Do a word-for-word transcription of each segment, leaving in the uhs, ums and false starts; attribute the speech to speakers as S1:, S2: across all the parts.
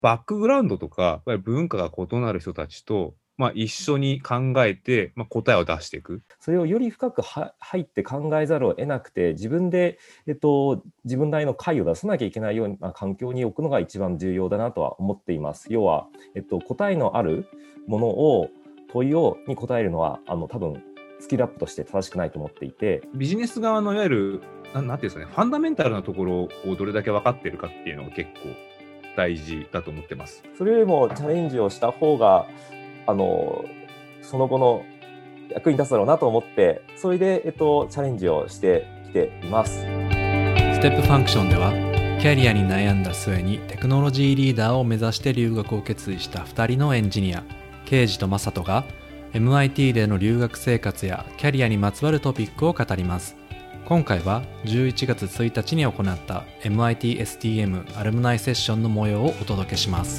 S1: バックグラウンドとか、やっぱり文化が異なる人たちと、まあ、一緒に考えて、まあ、答えを出していく。
S2: それをより深くは入って考えざるを得なくて、自分で、えっと、自分なりの解を出さなきゃいけないような環境に置くのが一番重要だなとは思っています。要は、えっと、答えのあるものを、問いをに答えるのは、あの多分スキルアップとして正しくないと思っていて、
S1: ビジネス側のいわゆる、ななんていうんですかね、ファンダメンタルなところをどれだけ分かっているかっていうのが結構大事だと思ってます。
S2: それよりもチャレンジをした方が、あのその後の役に立つだろうなと思って、それで、えっと、チャレンジをしてきています。ス
S3: テップファンクションでは、キャリアに悩んだ末にテクノロジーリーダーを目指して留学を決意したふたりのエンジニア、ケイジとマサトが エムアイティー での留学生活やキャリアにまつわるトピックを語ります。今回はじゅういちがつついたちに行った エムアイティーエスティーエム アルムナイセッションの模様をお届けします。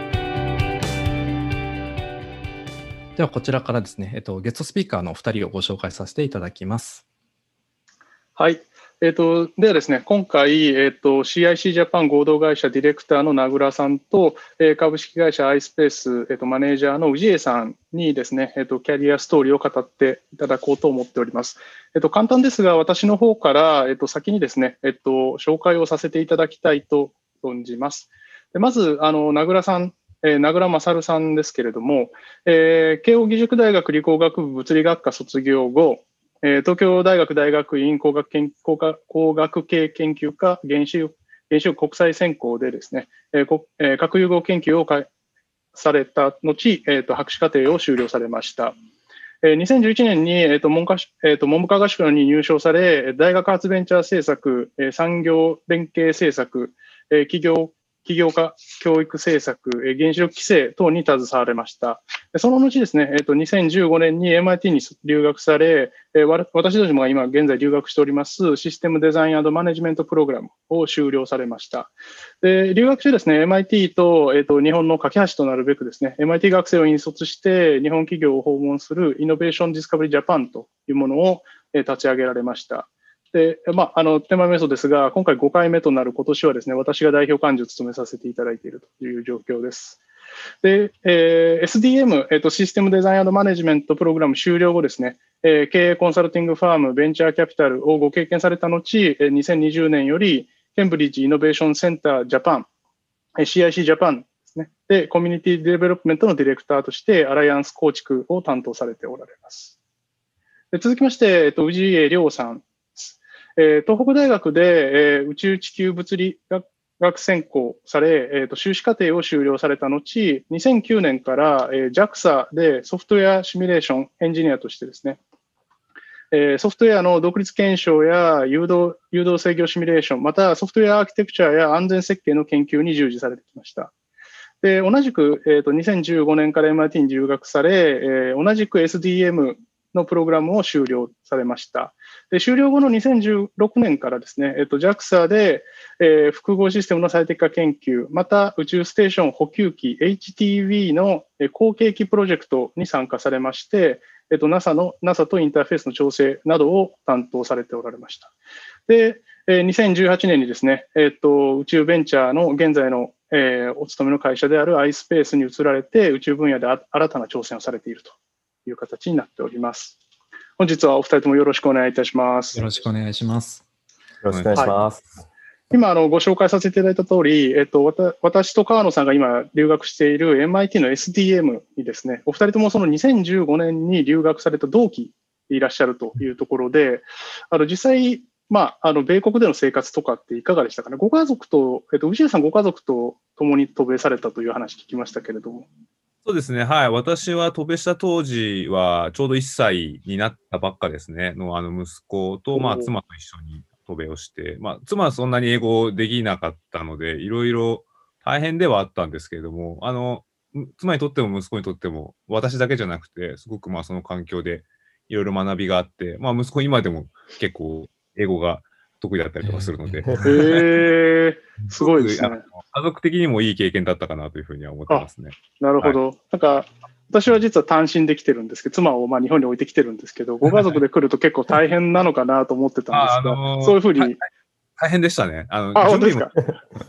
S3: ではこちらからですね、えっと、ゲストスピーカーのお二人をご紹介させていただきます。
S4: はい。えっと、ではですね、今回、えっと、シーアイシー ジャパン合同会社ディレクターの名倉さんと、えー、株式会社 iSpace、えっと、マネージャーの氏家さんにですね、えっと、キャリアストーリーを語っていただこうと思っております。えっと、簡単ですが、私の方から、えっと、先にですね、えっと、紹介をさせていただきたいと存じます。でまず、あの、名倉さん、えー、名倉勝さんですけれども、えー、慶應義塾大学理工学部物理学科卒業後、東京大学大学院工学研工学工学系研究科原子力原子力国際専攻でですね、核融合研究をされた後、博士課程を修了されました。にせんじゅういちねんに文科文部科学省に入省され、大学発ベンチャー政策、産業連携政策、企業起業家教育政策、原子力規制等に携われました。その後ですね、えっと、にせんじゅうごねんに エムアイティー に留学され、私どもが今現在留学しておりますシステムデザイン&マネジメントプログラムを修了されました。で留学中ですね、エムアイティー と、えっと、日本の架け橋となるべくですね、エムアイティー 学生を引率して日本企業を訪問するイノベーションディスカバリージャパンというものを立ち上げられました。で、まあ、あの、手前味噌ですが、今回ごかいめとなる今年はですね、私が代表幹事を務めさせていただいているという状況です。で、えー、エスディーエム、えっと、システムデザイン&マネジメントプログラム終了後ですね、えー、経営コンサルティングファーム、ベンチャーキャピタルをご経験された後、にせんにじゅうねんより、ケンブリッジイノベーションセンタージャパン、シーアイシー ジャパンですね、で、コミュニティデベロップメントのディレクターとして、アライアンス構築を担当されておられます。で続きまして、えっと、氏家亮さん。えー、東北大学で、えー、宇宙地球物理学学専攻され、えーと、修士課程を修了された後、にせんきゅうねんから、えー、ジャクサ でソフトウェアシミュレーションエンジニアとしてですね、えー、ソフトウェアの独立検証や誘導、誘導制御シミュレーション、またソフトウェアアーキテクチャや安全設計の研究に従事されてきました。で同じく、えーと、にせんじゅうごねんから エムアイティー に留学され、えー、同じく エスディーエムのプログラムを修了されました。で修了後のにせんじゅうろくねんからですね、えっと、ジャクサ で、えー、複合システムの最適化研究、また宇宙ステーション補給機 エイチティーブイ の後継機プロジェクトに参加されまして、えっと、NASA の NASA とインターフェースの調整などを担当されておられました。で、えー、にせんじゅうはちねんにですね、えっと、宇宙ベンチャーの現在の、えー、お勤めの会社である iSpace に移られて、宇宙分野で新たな挑戦をされているという形になっております。本日はお二人ともよろしくお願いいたします。
S3: よろしくお願いします。
S2: よろしくお願いします。
S4: はい、今あのご紹介させていただいた通り、えっと、私と川野さんが今留学している エムアイティー の エスディーエム にですね、お二人ともそのにせんじゅうごねんに留学された同期でいらっしゃるというところで、あの実際、まあ、あの米国での生活とかっていかがでしたかね。ご家族と、えっと、氏家さんご家族と共に渡米されたという話聞きましたけれども。
S1: そうですね。はい。私は渡米した当時はちょうどいっさいになったばっかですね。のあの息子と、まあ、妻と一緒に渡米をして、まあ、妻はそんなに英語できなかったので、いろいろ大変ではあったんですけれども、あの、妻にとっても息子にとっても、私だけじゃなくて、すごくまあその環境でいろいろ学びがあって、まあ息子今でも結構英語が得意だったりとかするので。へ
S4: ー、すごいですね。
S1: 家族的にもいい経験だったかなというふうには思ってますね。
S4: なるほど。はい、なんか、私は実は単身で来てるんですけど、妻をまあ日本に置いてきてるんですけど、ご家族で来ると結構大変なのかなと思ってたんですが、あのー、そういうふうに。
S1: 大変でしたね。
S4: あの、あ、本当ですか。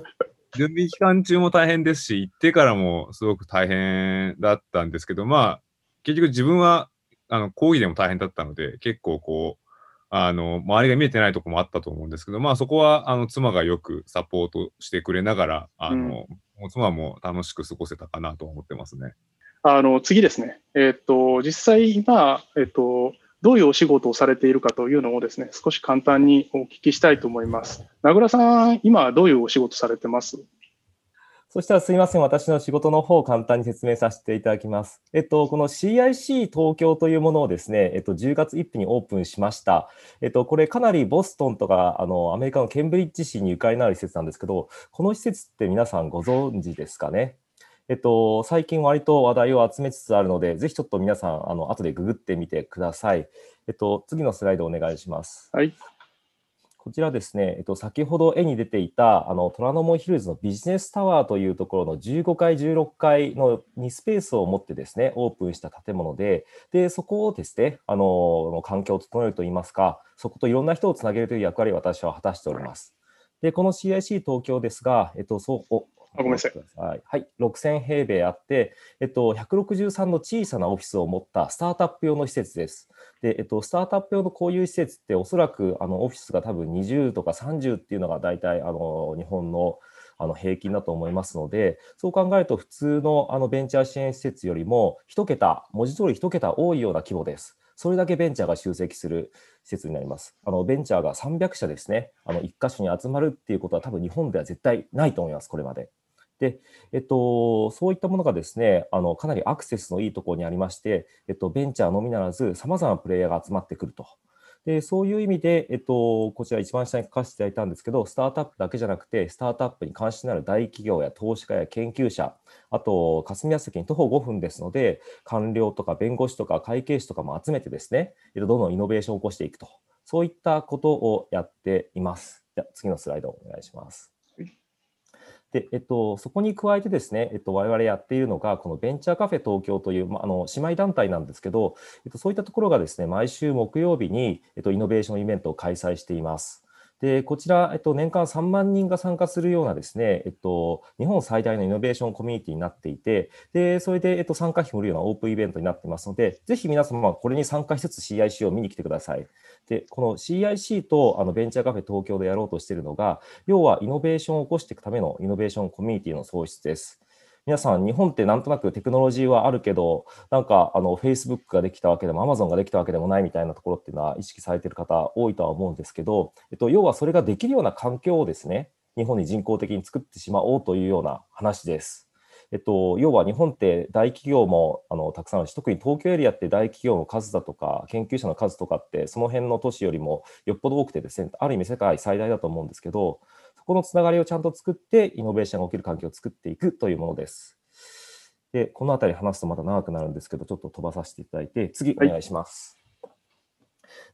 S1: 準備期間中も大変ですし、行ってからもすごく大変だったんですけど、まあ、結局自分は、あの、講義でも大変だったので、結構こう、あの、周りが見えてないところもあったと思うんですけど、まあそこは、あの、妻がよくサポートしてくれながら、あの、
S4: うん
S1: もう妻も楽しく過ごせたかなと思ってますね。
S4: あの次ですね、えっと、実際今、えっと、どういうお仕事をされているかというのをですね、少し簡単にお聞きしたいと思います。名倉さん、今どういうお仕事されてます？
S2: そしたらすみません、私の仕事の方を簡単に説明させていただきます。えっと、この シーアイシー 東京というものをですね、えっと、じゅうがつついたちにオープンしました。えっと、これかなりボストンとか、あの、アメリカのケンブリッジ市にゆかりのある施設なんですけど、この施設って皆さんご存知ですかね？えっと、最近割と話題を集めつつあるので、ぜひちょっと皆さん、あの、後でググってみてください。えっと、次のスライドお願いします。
S4: はい。
S2: こちらですね、えっと、先ほど絵に出ていたあの虎ノ門ヒルズのビジネスタワーというところのじゅうごかい、じゅうろっかいのにスペースを持ってですね、オープンした建物で、でそこをですね、あの環境を整えるといいますか、そこといろんな人をつなげるという役割を私は果たしております。で、この シーアイシー 東京ですが、えっと、そうお
S4: あ、ごめんなさい。
S2: はい、ろくせんへいべいあって、えっと、ひゃくろくじゅうさんの小さなオフィスを持ったスタートアップ用の施設です。で、えっと、スタートアップ用のこういう施設っておそらくあのオフィスが多分にじゅうとかさんじゅうっていうのが大体あの日本のあの平均だと思いますので、そう考えると普通のあのベンチャー支援施設よりも一桁、文字通り一桁多いような規模です。それだけベンチャーが集積する施設になります。あのベンチャーがさんびゃくしゃですね、あのいっかしょに集まるっていうことは多分日本では絶対ないと思います、これまで。で、えっと、そういったものがですね、あのかなりアクセスのいいところにありまして、えっと、ベンチャーのみならず、さまざまなプレイヤーが集まってくると。で、そういう意味で、えっと、こちら一番下に書かせていただいたんですけど、スタートアップだけじゃなくて、スタートアップに関心のある大企業や投資家や研究者、あと、霞が関に徒歩ごふんですので、官僚とか弁護士とか会計士とかも集めてですね、えっと、どんどんイノベーションを起こしていくと。そういったことをやっています。じゃあ次のスライドをお願いします。で、えっと、そこに加えてですね、えっと、我々やっているのが、このベンチャーカフェ東京という、まあ、あの姉妹団体なんですけど、えっと、そういったところがですね、毎週木曜日に、えっと、イノベーションイベントを開催しています。で、こちら、えっと、年間さんまんにんが参加するようなですね、えっと、日本最大のイノベーションコミュニティになっていて、で、それで、えっと、参加費も無料なオープンイベントになっていますので、ぜひ皆様、これに参加しつつ シーアイシー を見に来てください。で、この シーアイシー とあのベンチャーカフェ東京でやろうとしているのが、要はイノベーションを起こしていくためのイノベーションコミュニティの創出です。皆さん、日本ってなんとなくテクノロジーはあるけど、なんかあの Facebook ができたわけでも Amazon ができたわけでもないみたいなところっていうのは意識されている方多いとは思うんですけど、えっと、要はそれができるような環境をですね、日本に人工的に作ってしまおうというような話です。えっと、要は日本って大企業もあのたくさんあるし、特に東京エリアって大企業の数だとか研究者の数とかってその辺の都市よりもよっぽど多くてですね、ある意味世界最大だと思うんですけど、そこのつながりをちゃんと作ってイノベーションが起きる環境を作っていくというものです。で、このあたり話すとまた長くなるんですけど、ちょっと飛ばさせていただいて、次お願いします。はい、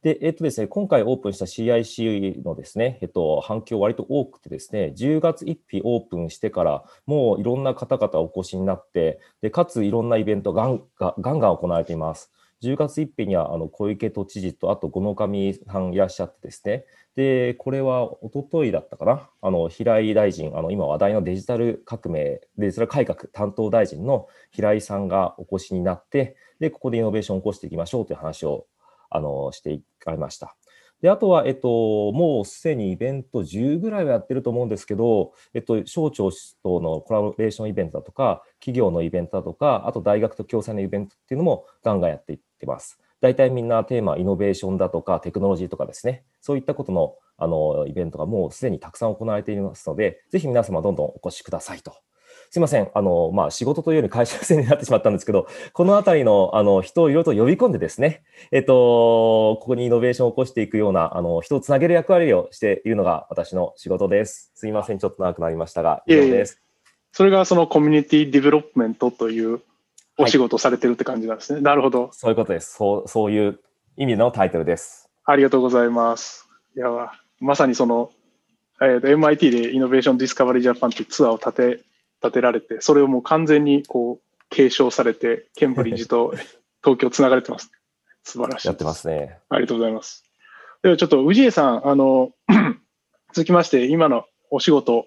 S2: で、えっとですね、今回オープンした シーアイシー のですね、えっと、反響割と多くてですね、じゅうがつついたちオープンしてから、もういろんな方々お越しになって、でかついろんなイベントがんがガンガン行われています。じゅうがつついたちにはあの小池都知事と、あと五ノ上さんいらっしゃってですね、で、これは一昨日だったかな、あの平井大臣、あの今話題のデジタル革命、デジタル改革担当大臣の平井さんがお越しになって、で、ここでイノベーションを起こしていきましょうという話をあのしていかれました。で、あとは、えっと、もうすでにイベントじゅうぐらいはやってると思うんですけど、えっと、省庁とのコラボレーションイベントだとか、企業のイベントだとか、あと大学と共催のイベントっていうのもガンガンやっていってます。大体みんなテーマ、イノベーションだとか、テクノロジーとかですね、そういったことの、あのイベントがもうすでにたくさん行われていますので、ぜひ皆様どんどんお越しくださいと。すみません、あのまあ、仕事というより会社戦になってしまったんですけど、このあたりのあの人をいろいろと呼び込んでですね、えっと、ここにイノベーションを起こしていくようなあの人をつなげる役割をしているのが私の仕事です。すみません、ちょっと長くなりましたが、以上です。
S4: いえいえ、それがそのコミュニティディベロップメントというお仕事をされてるって感じなんですね。はい、なるほど。
S2: そういうことです。そう、そういう意味のタイトルです。
S4: ありがとうございます。いや、まさにその、えーと、エムアイティー でイノベーションディスカバリージャパンというツアーを立て立てられて、それをもう完全にこう継承されて、ケンブリッジと東京つながれてます。素晴らしい。
S2: やってますね。
S4: ありがとうございます。ではちょっと氏家さん、あの続きまして今のお仕事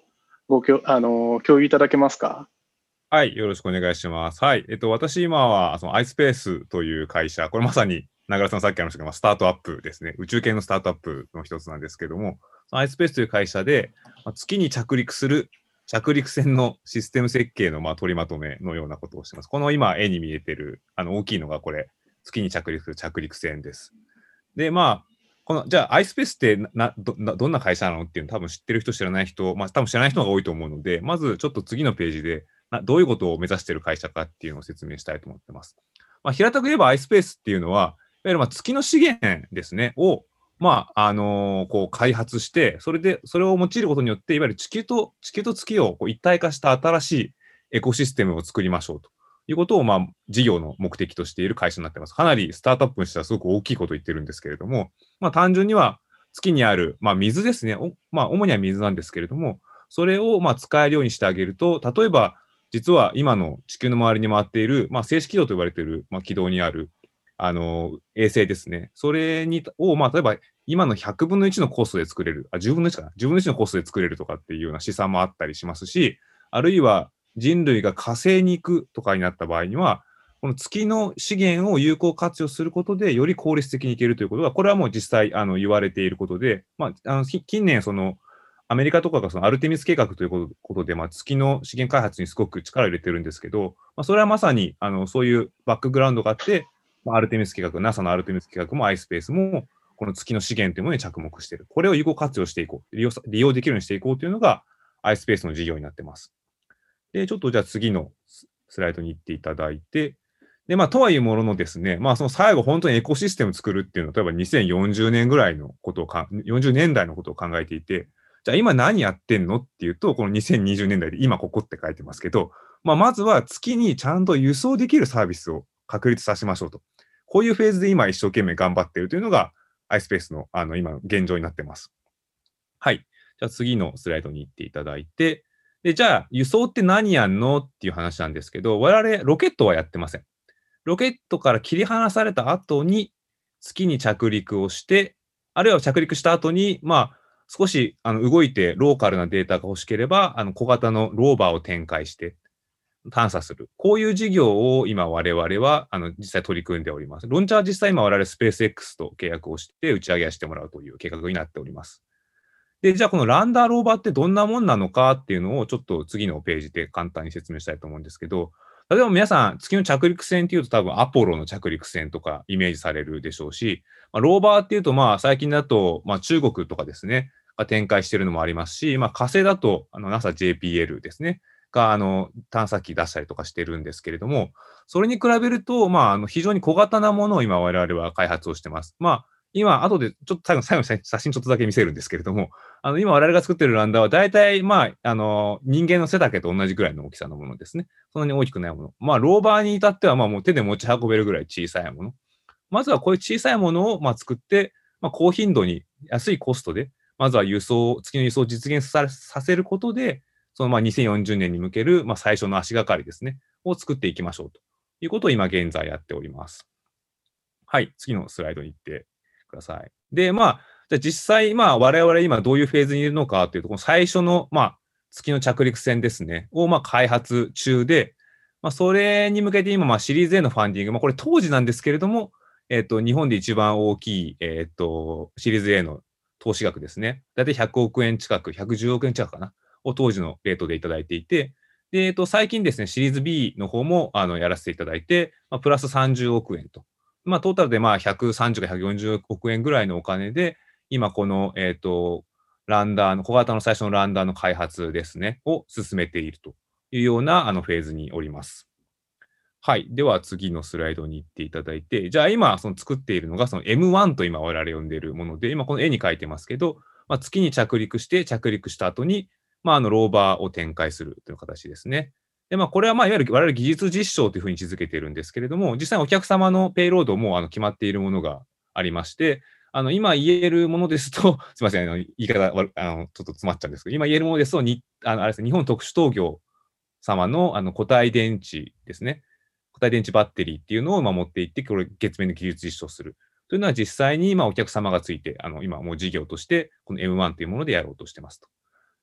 S4: ごきょあの共有いただけますか？
S1: はい、よろしくお願いします。はい、えっと、私、今は、その iSpace という会社、これまさに、名倉さんさっき話したけど、スタートアップですね。宇宙系のスタートアップの一つなんですけども、iSpace という会社で、まあ、月に着陸する着陸船のシステム設計のまあ取りまとめのようなことをしています。この今、絵に見えてる、あの大きいのがこれ、月に着陸する着陸船です。で、まあ、このじゃあ iSpace ってな ど, どんな会社なのっていうの多分知ってる人知らない人、まあ多分知らない人が多いと思うので、まずちょっと次のページでなどういうことを目指している会社かっていうのを説明したいと思ってます。まあ、平たく言えば iSpace っていうのは、いわゆるまあ月の資源ですね、を、まああのー、こう開発して、それで、それを用いることによって、いわゆる地球と、地球と月をこう一体化した新しいエコシステムを作りましょうということを、まあ、事業の目的としている会社になっています。かなりスタートアップにしてはすごく大きいことを言ってるんですけれども、まあ、単純には月にある、まあ、水ですね。まあ、主には水なんですけれども、それをまあ使えるようにしてあげると、例えば、実は今の地球の周りに回っている、まあ、静止軌道と呼ばれている、まあ、軌道にある、あの、衛星ですね。それに、を、まあ、例えば、今のひゃくぶんのいちのコストで作れる、あ、じゅうぶんのいちかな。じゅうぶんのいちのコストで作れるとかっていうような試算もあったりしますし、あるいは人類が火星に行くとかになった場合には、この月の資源を有効活用することで、より効率的にいけるということが、これはもう実際あの言われていることで、まあ、あの近年、そのアメリカとかがそのアルテミス計画ということで、まあ、月の資源開発にすごく力を入れてるんですけど、まあ、それはまさにあのそういうバックグラウンドがあって、まあ、アルテミス計画、ナサ のアルテミス計画も iSpace も、この月の資源というものに着目している。これを有効活用していこう、利用、利用できるようにしていこうというのが iSpace の事業になっています。で、ちょっとじゃあ次のスライドに行っていただいて、で、まあ、とはいうもののですね、まあ、その最後、本当にエコシステムを作るっていうのは、例えばにせんよんじゅうねんぐらいのことをか、よんじゅうねんだいのことを考えていて、じゃあ今何やってんのっていうと、このにせんにじゅうねんだいで今ここって書いてますけど、まあ、まずは月にちゃんと輸送できるサービスを確立させましょうと。こういうフェーズで今一生懸命頑張っているというのが iSpace のあの今の現状になってます。はい。じゃあ次のスライドに行っていただいて、で、じゃあ輸送って何やんのっていう話なんですけど、我々ロケットはやってません。ロケットから切り離された後に月に着陸をして、あるいは着陸した後に、まあ、少しあの動いてローカルなデータが欲しければ、あの小型のローバーを展開して探査する。こういう事業を今我々はあの実際取り組んでおります。ロンチャーは実際今我々スペース X と契約をして打ち上げしてもらうという計画になっております。で、じゃあこのランダーローバーってどんなもんなのかっていうのをちょっと次のページで簡単に説明したいと思うんですけど、例えば皆さん月の着陸船っていうと多分アポロの着陸船とかイメージされるでしょうし、まあ、ローバーっていうとまあ最近だとまあ中国とかですね、が展開しているのもありますし、まあ、火星だとあの ナサ ジェーピーエル ですね、があの探査機出したりとかしてるんですけれども、それに比べると、まあ、あの非常に小型なものを今我々は開発をしてます。まあ今、後でちょっと最後最後の写真ちょっとだけ見せるんですけれども、あの今我々が作っているランダーは大体、まあ、あの人間の背丈と同じぐらいの大きさのものですね。そんなに大きくないもの。まあ、ローバーに至っては、まあ、もう手で持ち運べるぐらい小さいもの。まずはこういう小さいものを、まあ、作って、まあ、高頻度に安いコストで、まずは輸送、月の輸送を実現ささせることで、そのまあにせんよんじゅうねんに向ける、まあ、最初の足がかりですね、を作っていきましょうということを今現在やっております。はい、次のスライドに行ってください。で、まあ、じゃあ実際、まあ、我々今どういうフェーズにいるのかというと、この最初の、まあ、月の着陸船ですね、をまあ開発中で、まあ、それに向けて今、まあ、シリーズ A のファンディング、まあ、これ当時なんですけれども、えっと、日本で一番大きい、えっと、シリーズ A の投資額ですね。だいたいひゃくおくえん近く、ひゃくじゅうおくえん近くかな、を当時のレートでいただいていて、で、えっと、最近ですね、シリーズ B の方も、あの、やらせていただいて、まあ、プラスさんじゅうおくえんと。まあ、トータルでまあひゃくさんじゅうからひゃくよんじゅうおくえんぐらいのお金で、今この、えっと、ランダーの、小型の最初のランダーの開発ですね、を進めているというようなあのフェーズにおります。はい。では次のスライドに行っていただいて、じゃあ今その作っているのがその エムワン と今我々呼んでいるもので、今この絵に書いてますけど、まあ、月に着陸して着陸した後に、まあ、あのローバーを展開するという形ですね。で、まあ、これはまあいわゆる我々技術実証というふうに位置づけているんですけれども、実際お客様のペイロードもあの決まっているものがありまして、あの今言えるものですと、すみません、あの言い方あのちょっと詰まっちゃうんですけど、今言えるものですと、にあのあれですね、日本特殊陶業様のあの固体電池ですね、固体電池バッテリーっていうのをまあ持っていって、これ月面で技術実証するというのは実際にまあお客様がついて、あの今もう事業として、この エムワン というものでやろうとしてますと。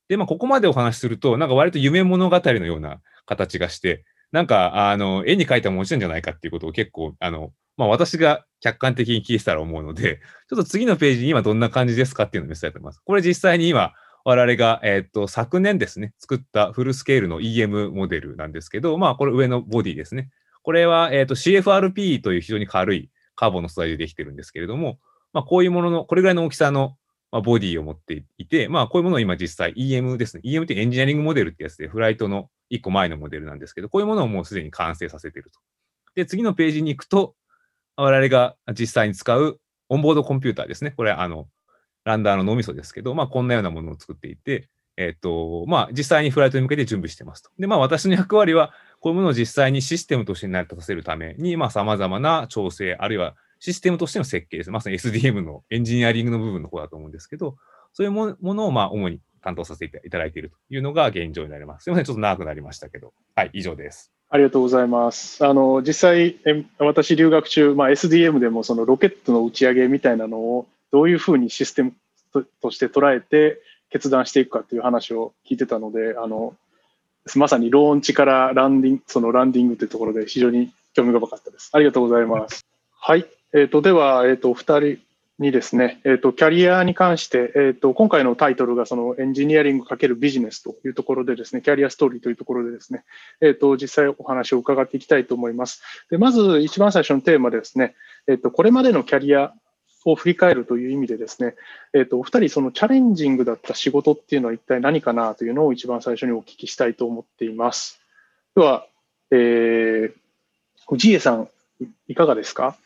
S1: で、まあ、ここまでお話しすると、なんか割と夢物語のような形がして、なんか、あの、絵に描いたもん落ちるんじゃないかっていうことを結構、あの、まあ、私が客観的に聞いてたら思うので、ちょっと次のページに今どんな感じですかっていうのを見せたいと思います。これ実際に今、我々が、えっと、昨年ですね、作ったフルスケールの イーエム モデルなんですけど、まあ、これ上のボディですね。これは、えっと、シーエフアールピー という非常に軽いカーボンの素材でできてるんですけれども、まあ、こういうものの、これぐらいの大きさの、まあ、ボディを持っていて、まあ、こういうものを今実際 イーエム ですね。イーエム ってエンジニアリングモデルってやつで、フライトのいっこまえのモデルなんですけど、こういうものをもうすでに完成させていると。で、次のページに行くと、我々が実際に使うオンボードコンピューターですね。これはあの、ランダーの脳みそですけど、まあ、こんなようなものを作っていて、えっと、まあ、実際にフライトに向けて準備してますと。で、まあ、私の役割は、こういうものを実際にシステムとして成り立たせるために、まあ、様々な調整、あるいはシステムとしての設計です。まさに エスディーエム のエンジニアリングの部分の方だと思うんですけど、そういうものを、まあ、主に担当させていただいているというのが現状になります。すみません、ちょっと長くなりましたけど。はい、以上です。
S4: ありがとうございます。あの実際、え私、留学中、まあ、エスディーエム でもそのロケットの打ち上げみたいなのをどういうふうにシステム と, として捉えて決断していくかという話を聞いてたので、あのまさにローンチからランディング、そのランディングというところで非常に興味深かったです。ありがとうございます。はい、えー、とでは、えー、とお二人にですね、えー、とキャリアに関して、えー、と今回のタイトルがそのエンジニアリング×ビジネスというところでですね、キャリアストーリーというところでですね、えー、と実際お話を伺っていきたいと思います。でまず一番最初のテーマですね、えー、とこれまでのキャリアを振り返るという意味でですね、えー、とお二人そのチャレンジングだった仕事っていうのは一体何かなというのを一番最初にお聞きしたいと思っています。では、えー、氏家さんいかがですか？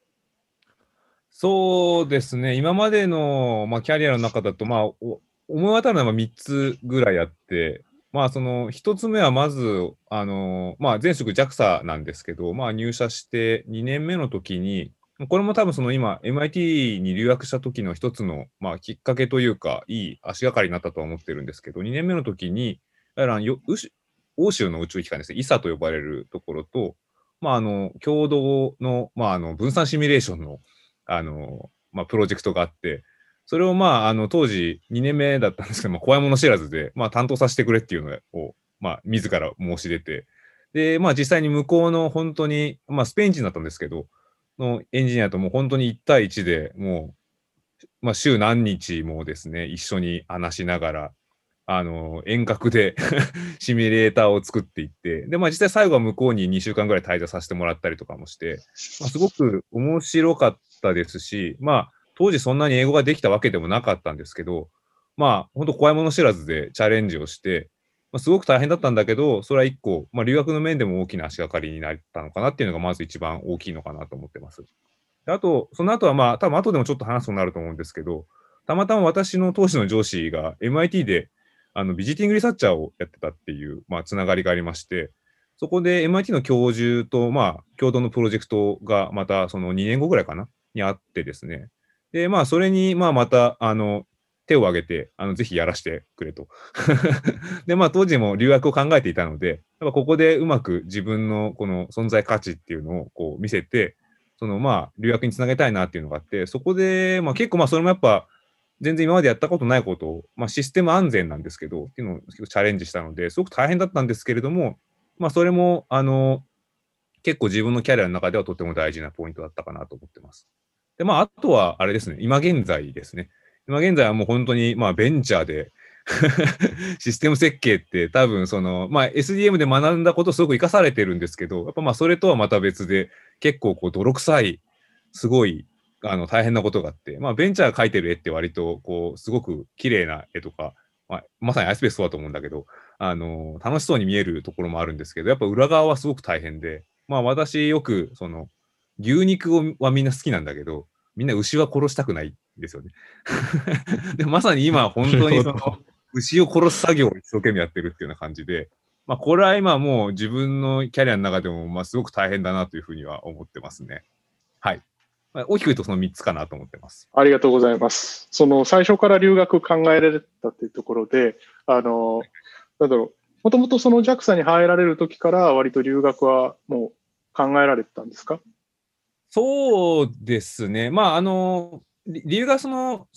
S1: そうですね、今までの、まあ、キャリアの中だと、まあ、お思い当たるのはみっつぐらいあって、まあ、そのひとつめはまず、あのまあ、前職 ジャクサ なんですけど、まあ、入社してにねんめの時に、これも多分その今、エムアイティー に留学した時の一つの、まあ、きっかけというか、いい足がかりになったとは思ってるんですけど、にねんめの時に、やはりようし欧州の宇宙機関ですね、イサ と呼ばれるところと、まあ、あの共同の、まあ、あの分散シミュレーションのあの、まあ、プロジェクトがあって、それをまあ、あの、当時にねんめだったんですけど、まあ、怖いもの知らずで、まあ、担当させてくれっていうのを、まあ、自ら申し出て、で、まあ、実際に向こうの本当に、まあ、スペイン人だったんですけど、のエンジニアともう本当にいち対いちでもう、まあ、週何日もですね、一緒に話しながら、あの、遠隔でシミュレーターを作っていって、で、まあ実際最後は向こうににしゅうかんぐらい滞在させてもらったりとかもして、まあ、すごく面白かったですし、まあ当時そんなに英語ができたわけでもなかったんですけど、まあ本当怖いもの知らずでチャレンジをして、まあ、すごく大変だったんだけど、それは一個、まあ留学の面でも大きな足がかりになったのかなっていうのがまず一番大きいのかなと思ってます。であと、その後はまあ多分後でもちょっと話すことになると思うんですけど、たまたま私の当時の上司が エムアイティー であのビジティングリサーチャーをやってたっていう、まあ、つながりがありまして、そこで エムアイティー の教授と、まあ、共同のプロジェクトがまたそのにねんごぐらいかなにあってですね。で、まあ、それに、まあ、また、あの、手を挙げて、あの、ぜひやらせてくれと。で、まあ、当時も留学を考えていたので、やっぱここでうまく自分のこの存在価値っていうのをこう見せて、その、まあ、留学につなげたいなっていうのがあって、そこで、まあ、結構、まあ、それもやっぱ、全然今までやったことないことを、まあ、システム安全なんですけど、っていうのを結構チャレンジしたので、すごく大変だったんですけれども、まあ、それも、あの、結構自分のキャリアの中ではとても大事なポイントだったかなと思ってます。で、まあ、あとは、あれですね、今現在ですね。今現在はもう本当に、まあ、ベンチャーでシステム設計って多分、その、まあ、エスディーエム で学んだことすごく活かされてるんですけど、やっぱまあ、それとはまた別で、結構こう、泥臭い、すごい、あの大変なことがあって、まあ、ベンチャーが描いてる絵って割とこうすごく綺麗な絵とか、まあ、まさにアイスペースそうだと思うんだけど、あの楽しそうに見えるところもあるんですけど、やっぱ裏側はすごく大変で、まあ、私よくその牛肉をはみんな好きなんだけど、みんな牛は殺したくないんですよね。でまさに今本当にその牛を殺す作業を一生懸命やってるっていうような感じで、まあ、これは今もう自分のキャリアの中でもまあすごく大変だなというふうには思ってますね。はい。大きく言うとそのみっつかなと思ってます。
S4: ありがとうございます。その最初から留学考えられたというところで、あの、なんだろう、もともとその ジャクサ に入られる時から割と留学はもう考えられてたんですか？
S1: そうですね。まあ、あの、理由がその、ち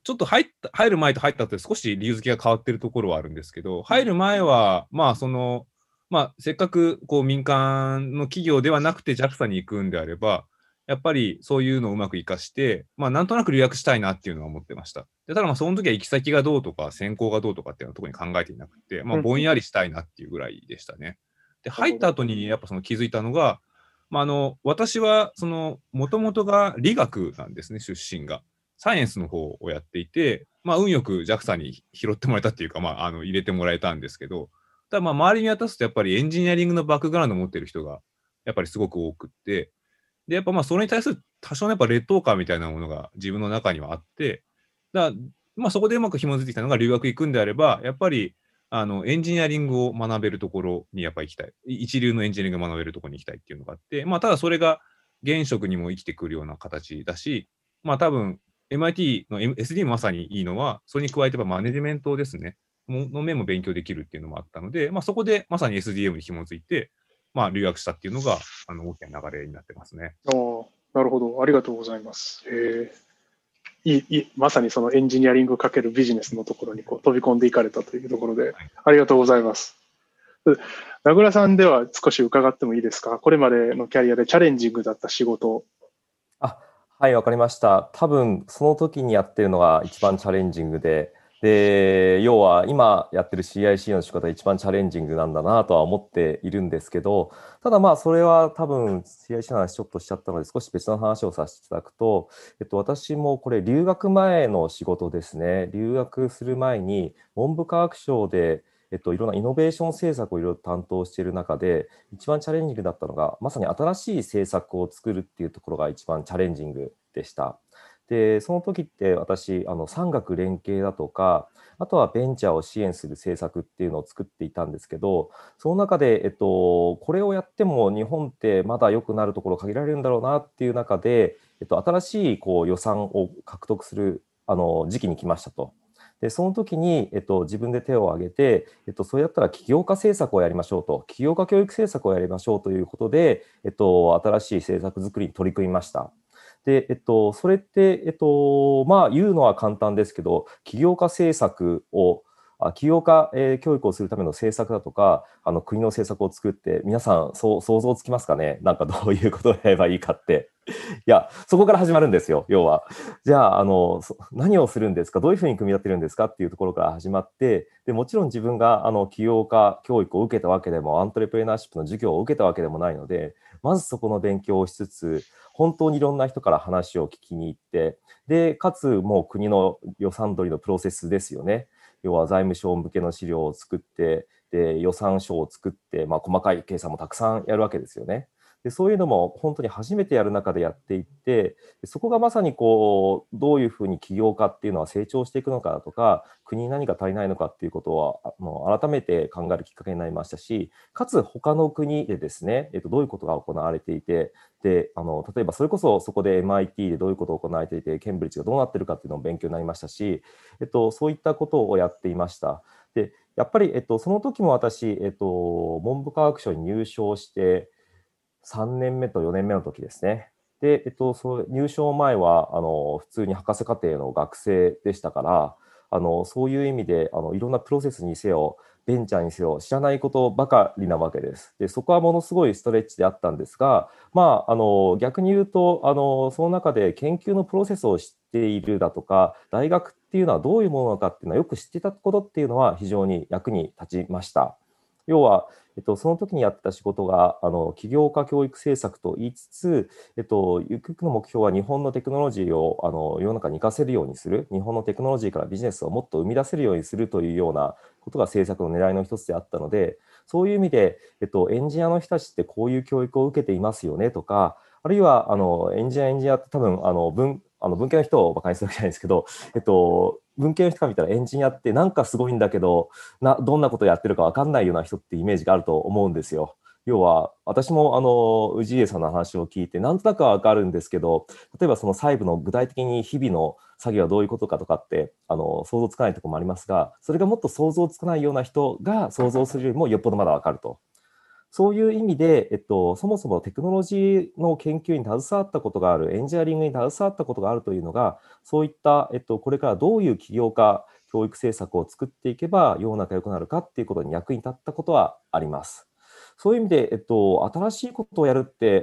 S1: ちょっと入った入る前と入った後で少し理由付けが変わってるところはあるんですけど、入る前は、まあ、その、まあ、せっかくこう民間の企業ではなくて ジャクサ に行くんであれば、やっぱりそういうのをうまく活かして、まあ、なんとなく留学したいなっていうのは思ってました。でただ、まあその時は行き先がどうとか、専攻がどうとかっていうのは特に考えていなくて、まあ、ぼんやりしたいなっていうぐらいでしたね。で、入った後にやっぱその気づいたのが、まあ、あの私はもともとが理学なんですね、出身が。サイエンスの方をやっていて、まあ、運よく ジャクサ に拾ってもらえたっていうか、まあ、あの入れてもらえたんですけど、ただまあ周りに渡すとやっぱりエンジニアリングのバックグラウンドを持ってる人がやっぱりすごく多くって、で、やっぱまあそれに対する多少のやっぱ劣等感みたいなものが自分の中にはあって、だまあそこでうまく紐づいてきたのが留学行くんであれば、やっぱりあのエンジニアリングを学べるところにやっぱり行きたい。一流のエンジニアリングを学べるところに行きたいっていうのがあって、まあただそれが現職にも生きてくるような形だし、まあ多分 エムアイティー の エスディー もまさにいいのは、それに加えてマネジメントですね、の面も勉強できるっていうのもあったので、まあそこでまさに エスディーエム に紐づいて、まあ留学したっていうのがあの大きな流れになってますね。
S4: ああ、なるほど。ありがとうございます。えー、いい、いい、まさにそのエンジニアリングかけるビジネスのところにこう飛び込んでいかれたというところで、ありがとうございます。名倉さんでは少し伺ってもいいですか。これまでのキャリアでチャレンジングだった仕事。
S2: あ、はい、わかりました。多分その時にやってるのが一番チャレンジングで、で、要は今やってる シーアイシー の仕事が一番チャレンジングなんだなとは思っているんですけど、ただまあそれは多分 シーアイシー の話ちょっとしちゃったので少し別の話をさせていただくと、えっと、私もこれ留学前の仕事ですね。留学する前に文部科学省でえっと、いろんなイノベーション政策をいろいろ担当している中で、一番チャレンジングだったのが、まさに新しい政策を作るっていうところが一番チャレンジングでした。で、その時って私、あの産学連携だとか、あとはベンチャーを支援する政策っていうのを作っていたんですけど、その中で、えっと、これをやっても日本ってまだ良くなるところ限られるんだろうなっていう中で、えっと、新しいこう予算を獲得するあの時期に来ましたと。で、その時に、えっと、自分で手を挙げて、えっと、それだったら起業家政策をやりましょうと、起業家教育政策をやりましょうということで、えっと、新しい政策作りに取り組みました。で、えっと、それって、えっと、まあ、言うのは簡単ですけど、起業家政策を、あ起業家、えー教育をするための政策だとか、あの国の政策を作って、皆さん、そう想像つきますかね、なんかどういうことをやればいいかって。いや、そこから始まるんですよ、要は。じゃあ、あのそ何をするんですか、どういうふうに組み立てるんですかっていうところから始まって、でもちろん自分があの起業家教育を受けたわけでも、アントレプレナーシップの授業を受けたわけでもないので、まずそこの勉強をしつつ、本当にいろんな人から話を聞きに行って、で、かつもう国の予算取りのプロセスですよね。要は財務省向けの資料を作って、で予算書を作って、まあ、細かい計算もたくさんやるわけですよね。でそういうのも本当に初めてやる中でやっていって、そこがまさにこうどういうふうに起業家っていうのは成長していくのかとか、国に何が足りないのかっていうことはあの改めて考えるきっかけになりましたし、かつ他の国でですね、えっと、どういうことが行われていて、であの例えばそれこそそこで エムアイティー でどういうことが行われていて、ケンブリッジがどうなっているかっていうのも勉強になりましたし、えっと、そういったことをやっていました。でやっぱり、えっと、その時も私、えっと、文部科学省に入省してさんねんめとよねんめの時ですね。で、えっと、そ入省前はあの普通に博士課程の学生でしたから、あのそういう意味であのいろんなプロセスにせよ、ベンチャーにせよ、知らないことばかりなわけです。で、そこはものすごいストレッチであったんですが、まあ、あの逆に言うとあの、その中で研究のプロセスを知っているだとか、大学っていうのはどういうものなのかっていうのはよく知っていたことっていうのは非常に役に立ちました。要は、えっと、その時にやってた仕事があの起業家教育政策と言いつつ、えっと、ゆくゆくの目標は日本のテクノロジーをあの世の中に活かせるようにする、日本のテクノロジーからビジネスをもっと生み出せるようにするというようなことが政策の狙いの一つであったので、そういう意味で、えっと、エンジニアの人たちってこういう教育を受けていますよねとか、あるいはあのエンジニアエンジニアって多分あの文あの文系の人を馬鹿にするわけじゃないですけど、えっと、文系の人から見たらエンジニアってなんかすごいんだけどな、どんなことやってるか分かんないような人ってイメージがあると思うんですよ。要は私もあの氏家さんの話を聞いてなんとなくは分かるんですけど、例えばその細部の具体的に日々の作業はどういうことかとかってあの想像つかないところもありますが、それがもっと想像つかないような人が想像するよりもよっぽどまだ分かると。 そういう意味で、えっと、そもそもテクノロジーの研究に携わったことがある、エンジニアリングに携わったことがあるというのが、そういった、えっと、これからどういう起業家、教育政策を作っていけば世の中良くなるかっていうことに役に立ったことはあります。そういう意味で、えっと、新しいことをやるって、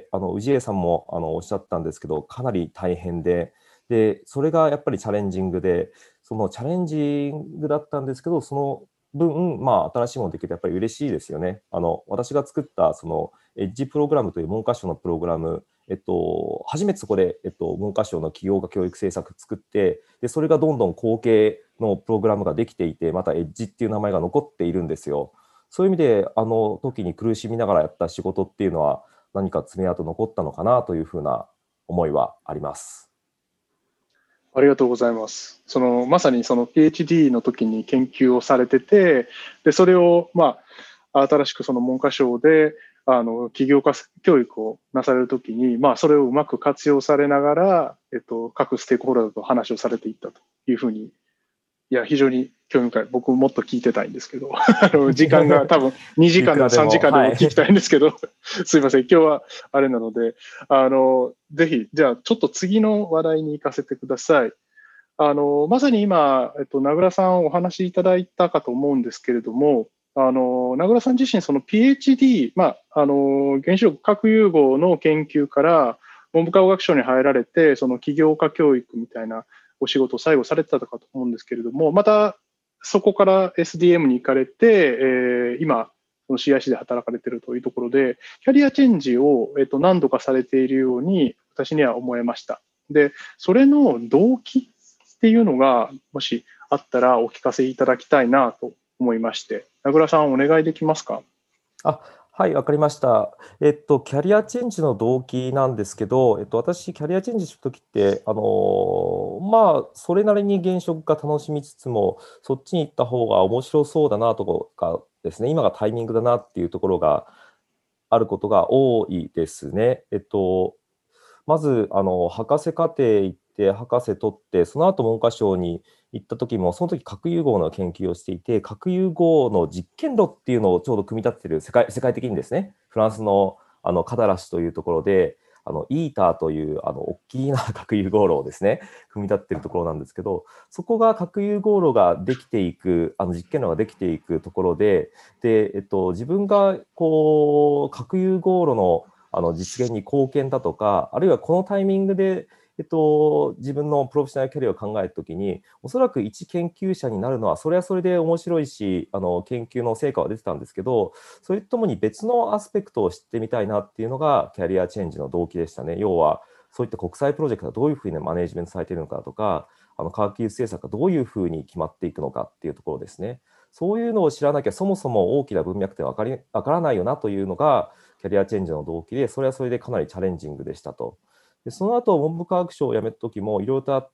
S2: あの氏家さんもあのおっしゃったんですけど、かなり大変で、で、それがやっぱりチャレンジングで、そのチャレンジングだったんですけど、その分、まあ、新しいものできるとやっぱり嬉しいですよね。あの私が作ったそのエッジプログラムという文科省のプログラム、えっと、初めてそこで、えっと、文科省の起業家教育政策作って、でそれがどんどん後継のプログラムができていて、またエッジっていう名前が残っているんですよ。そういう意味で、あの時に苦しみながらやった仕事っていうのは、何か爪痕残ったのかなというふうな思いはあります。
S4: ありがとうございます。そのまさにその ピーエイチディー の時に研究をされてて、でそれをまあ新しくその文科省であの起業家教育をなされる時に、まあそれをうまく活用されながら、えっと各ステークホルダーと話をされていったというふうに、いや非常に興味深い。僕もっと聞いてたいんですけど、あの時間が多分にじかんでもさんじかんでも聞きたいんですけど、はい、すいません、今日はあれなので、あのぜひじゃあちょっと次の話題に行かせてください。あのまさに今、えっと、名倉さんお話しいただいたかと思うんですけれども、あの名倉さん自身その ピーエイチディー、まあ、あの原子力核融合の研究から文部科学学省に入られて、その起業家教育みたいなお仕事を最後されてたかと思うんですけれども、またそこから エスディーエム に行かれて、えー、今、シーアイシー で働かれているというところで、キャリアチェンジを、えっと、何度かされているように、私には思えました。で、それの動機っていうのが、もしあったらお聞かせいただきたいなと思いまして、名倉さん、お願いできますか？
S2: あはい、わかりました。えっと、キャリアチェンジの動機なんですけど、えっと、私、キャリアチェンジするときって、あのまあ、それなりに現職が楽しみつつも、そっちに行った方が面白そうだなとかですね、今がタイミングだなっていうところがあることが多いですね。えっと、まず、あの博士課程行って、博士取って、その後文科省に行った時も、その時核融合の研究をしていて、核融合の実験炉っていうのをちょうど組み立てている世界、世界的にですね、フランスのあのカダラシというところで、あのイーターというあの大きな核融合炉をですね、組み立てているところなんですけど、そこが核融合炉ができていく、あの実験炉ができていくところで、で、えっと、自分がこう核融合炉のあの実現に貢献だとか、あるいはこのタイミングで、えっと、自分のプロフェッショナルキャリアを考えるときに、おそらく一研究者になるのは、それはそれで面白いし、あの研究の成果は出てたんですけど、それとともに別のアスペクトを知ってみたいなっていうのが、キャリアチェンジの動機でしたね。要は、そういった国際プロジェクトがどういうふうにマネージメントされているのかとか、あの科学技術政策がどういうふうに決まっていくのかっていうところですね。そういうのを知らなきゃ、そもそも大きな文脈って分かり、分からないよなというのが、キャリアチェンジの動機で、それはそれでかなりチャレンジングでしたと。でその後、文部科学省を辞めた時もいろいろとあって、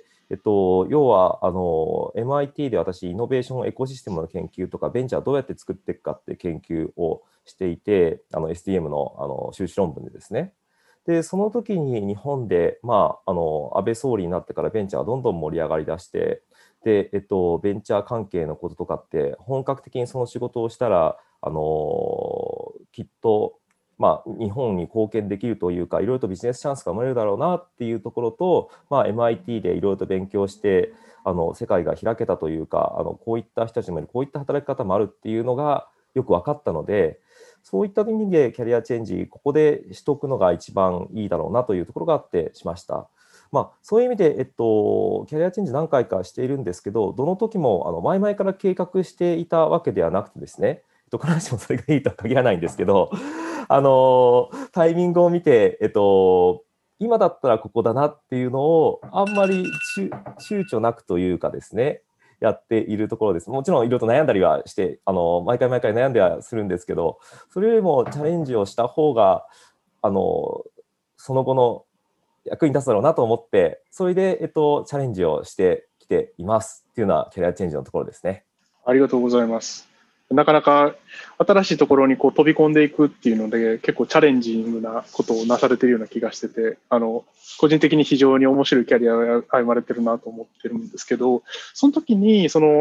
S2: えっと、要はあの エムアイティー で私、イノベーションエコシステムの研究とか、ベンチャーどうやって作っていくかっていう研究をしていて、あの エスディーエム の, あの修士論文でですね。で、その時に日本で、まあ、あの安倍総理になってからベンチャーがどんどん盛り上がりだして、で、えっと、ベンチャー関係のこととかって、本格的にその仕事をしたら、あのきっと、まあ、日本に貢献できるというか、いろいろとビジネスチャンスが生まれるだろうなっていうところと、まあ、エムアイティー でいろいろと勉強して、あの世界が開けたというか、あのこういった人たちもいる、こういった働き方もあるっていうのがよく分かったので、そういった意味でキャリアチェンジ、ここでしておくのが一番いいだろうなというところがあってしました。まあ、そういう意味で、えっと、キャリアチェンジ何回かしているんですけど、どの時もあの前々から計画していたわけではなくてですね、必ずしもそれがいいとは限らないんですけど、あのタイミングを見て、えっと、今だったらここだなっていうのをあんまり躊躇なくというかですね、やっているところです。もちろんいろいろと悩んだりはして、あの毎回毎回悩んではするんですけど、それよりもチャレンジをした方があのその後の役に立つだろうなと思って、それで、えっと、チャレンジをしてきていますっていうのはキャリアチェンジのところですね。
S4: ありがとうございます。なかなか新しいところにこう飛び込んでいくっていうので、結構チャレンジングなことをなされているような気がしてて、あの個人的に非常に面白いキャリアを歩まれてるなと思ってるんですけど、その時にその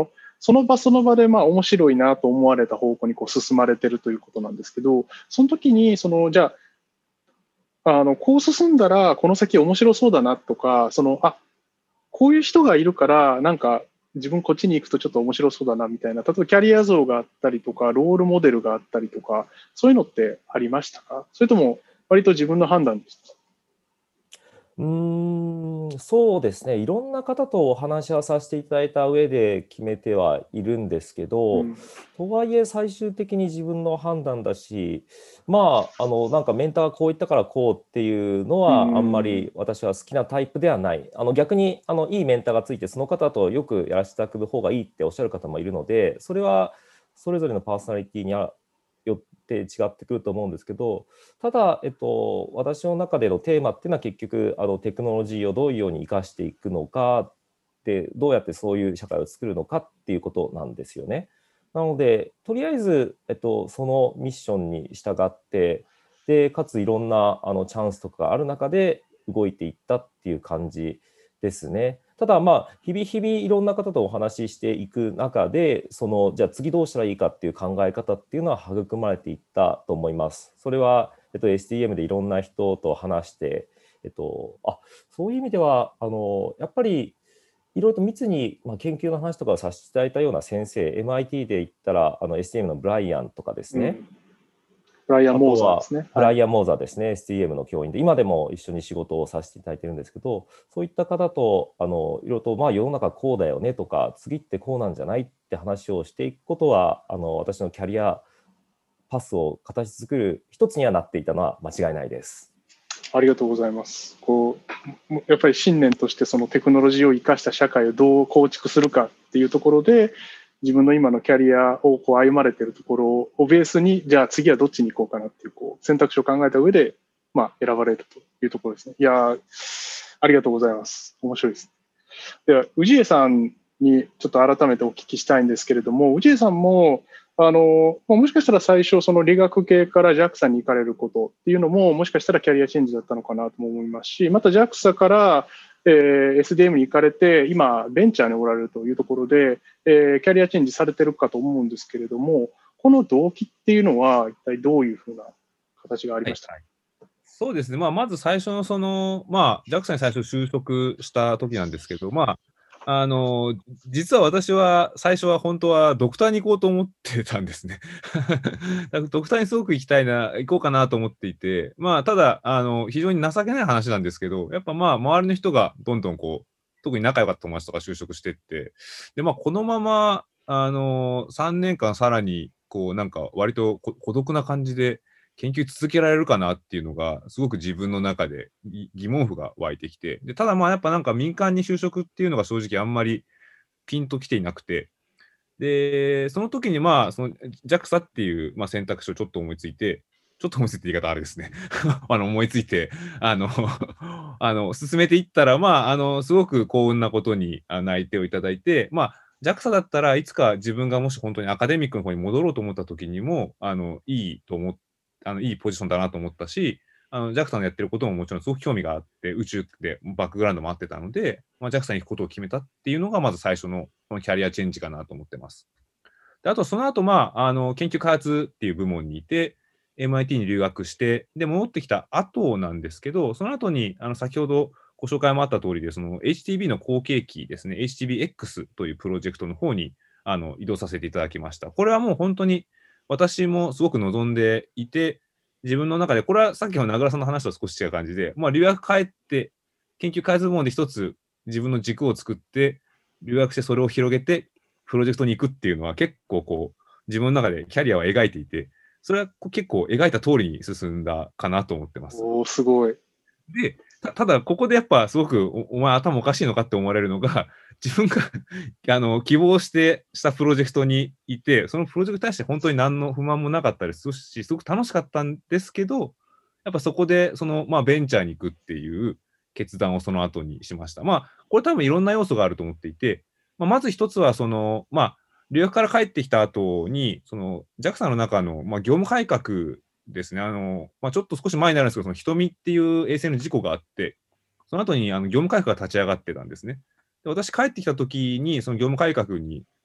S4: その場その場でまあ面白いなと思われた方向にこう進まれてるということなんですけど、その時にそのじゃあ、あのこう進んだらこの先面白そうだなとか、そのあこういう人がいるからなんか自分こっちに行くとちょっと面白そうだなみたいな、例えばキャリア像があったりとかロールモデルがあったりとか、そういうのってありましたか？それとも割と自分の判断でした？
S2: うーん、そうですね。いろんな方とお話はさせていただいた上で決めてはいるんですけ
S4: う
S2: ど、
S4: ん
S2: とはいえ最終的に自分の判断だし、まあ、あの、なんかメンターがこう言ったからこうっていうの
S4: う
S2: はあんま
S4: ん
S2: り私は好きなタイプではない。あの、逆に、あの、いいメンターがついて、その方とよくやらせていただく方がいいっておっしゃる方もいるので、それはそれぞれのパーソナリティにあよって違ってくると思うんですけど、ただ、えっと、私の中でのテーマっていうのは結局あのテクノロジーをどういうように生かしていくのかで、どうやってそういう社会を作るのかっていうことなんですよね。なのでとりあえず、えっと、そのミッションに従ってでかついろんなあのチャンスとかがある中で動いていったっていう感じですね。ただまあ日々日々いろんな方とお話ししていく中でそのじゃあ次どうしたらいいかっていう考え方っていうのは育まれていったと思います。それは、えっと、エスティーエム でいろんな人と話して、えっと、あそういう意味ではあのやっぱりいろいろと密に、まあ、研究の話とかをさせていただいたような先生 エムアイティー で言ったらあの エスティーエム のブライアンとかですね、
S4: うんブライアン・
S2: あ
S4: モー
S2: とは
S4: ザーですね。
S2: ブラ
S4: はい。
S2: イアン・モーザーですね、エスティーエム の教員で、今でも一緒に仕事をさせていただいてるんですけど、そういった方とあのいろいろと、まあ、世の中こうだよねとか、次ってこうなんじゃないって話をしていくことは、あの私のキャリアパスを形作る一つにはなっていたのは間違いないです。
S4: ありがとうございます。こうやっぱり信念としてそのテクノロジーを生かした社会をどう構築するかっていうところで、自分の今のキャリアをこう歩まれているところをベースに、じゃあ次はどっちに行こうかなっていうこう選択肢を考えた上で、まあ、選ばれるというところですね。いやー、ありがとうございます。面白いです。では、氏家さんにちょっと改めてお聞きしたいんですけれども、氏家さんも、あのもしかしたら最初、その理学系から ジャクサ に行かれることっていうのも、もしかしたらキャリアチェンジだったのかなとも思いますし、また ジャクサ から、えー、エスディーエム に行かれて、今、ベンチャーにおられるというところで、えー、キャリアチェンジされてるかと思うんですけれども、この動機っていうのは、一体どういうふうな形がありましたか？
S1: はいはい、そうですね、まあ、まず最初のその、まあ、ジャクサ に最初就職した時なんですけど、まあ、あの実は私は最初は本当はドクターに行こうと思ってたんですね。ドクターにすごく行きたいな、行こうかなと思っていて、まあ、ただあの、非常に情けない話なんですけど、やっぱまあ、周りの人がどんどんこう、特に仲良かった友達とか就職してって、で、まあ、このままあのさんねんかんさらにこう、なんか割と孤独な感じで、研究続けられるかなっていうのが、すごく自分の中で疑問符が湧いてきて、でただまあやっぱなんか民間に就職っていうのが正直あんまりピンときていなくて、で、その時にまあ、その ジャクサ っていう、まあ、選択肢をちょっと思いついて、ちょっと思いついて言い方あれですね。あの思いついて、あの、あの進めていったら、まあ、あのすごく幸運なことに内定をいただいて、まあ、ジャクサ だったらいつか自分がもし本当にアカデミックの方に戻ろうと思った時にも、あのいいと思って、あのいいポジションだなと思ったし、あの ジャクサ のやってることももちろんすごく興味があって、宇宙でバックグラウンドもあってたので、まあ、ジャクサ に行くことを決めたっていうのがまず最初のこのキャリアチェンジかなと思ってます。であとその後、まあ、あの研究開発っていう部門にいて、エムアイティー に留学して、で戻ってきた後なんですけど、その後にあの先ほどご紹介もあった通りで、その エイチティービー の後継機ですね、エイチティービーエックス というプロジェクトの方にあの移動させていただきました。これはもう本当に私もすごく望んでいて、自分の中で、これはさっきの名倉さんの話と少し違う感じで、まあ、留学帰って、研究開発部門で一つ自分の軸を作って、留学してそれを広げて、プロジェクトに行くっていうのは結構こう、自分の中でキャリアを描いていて、それは結構描いた通りに進んだかなと思ってます。
S4: おー、すごい。
S1: で、たただ、ここでやっぱすごくお、お前頭おかしいのかって思われるのが、自分があの希望してしたプロジェクトにいて、そのプロジェクトに対して本当に何の不満もなかったですし、すごく楽しかったんですけど、やっぱそこでその、まあ、ベンチャーに行くっていう決断をその後にしました。まあ、これ多分いろんな要素があると思っていて、まあ、まず一つはその、まあ、留学から帰ってきた後に、その ジャクサ の中の、まあ、業務改革ですね、あのまあ、ちょっと少し前になるんですけど、その瞳っていう衛星の事故があって、その後にあの業務改革が立ち上がってたんですね。で私帰ってきた時に、その業務改革に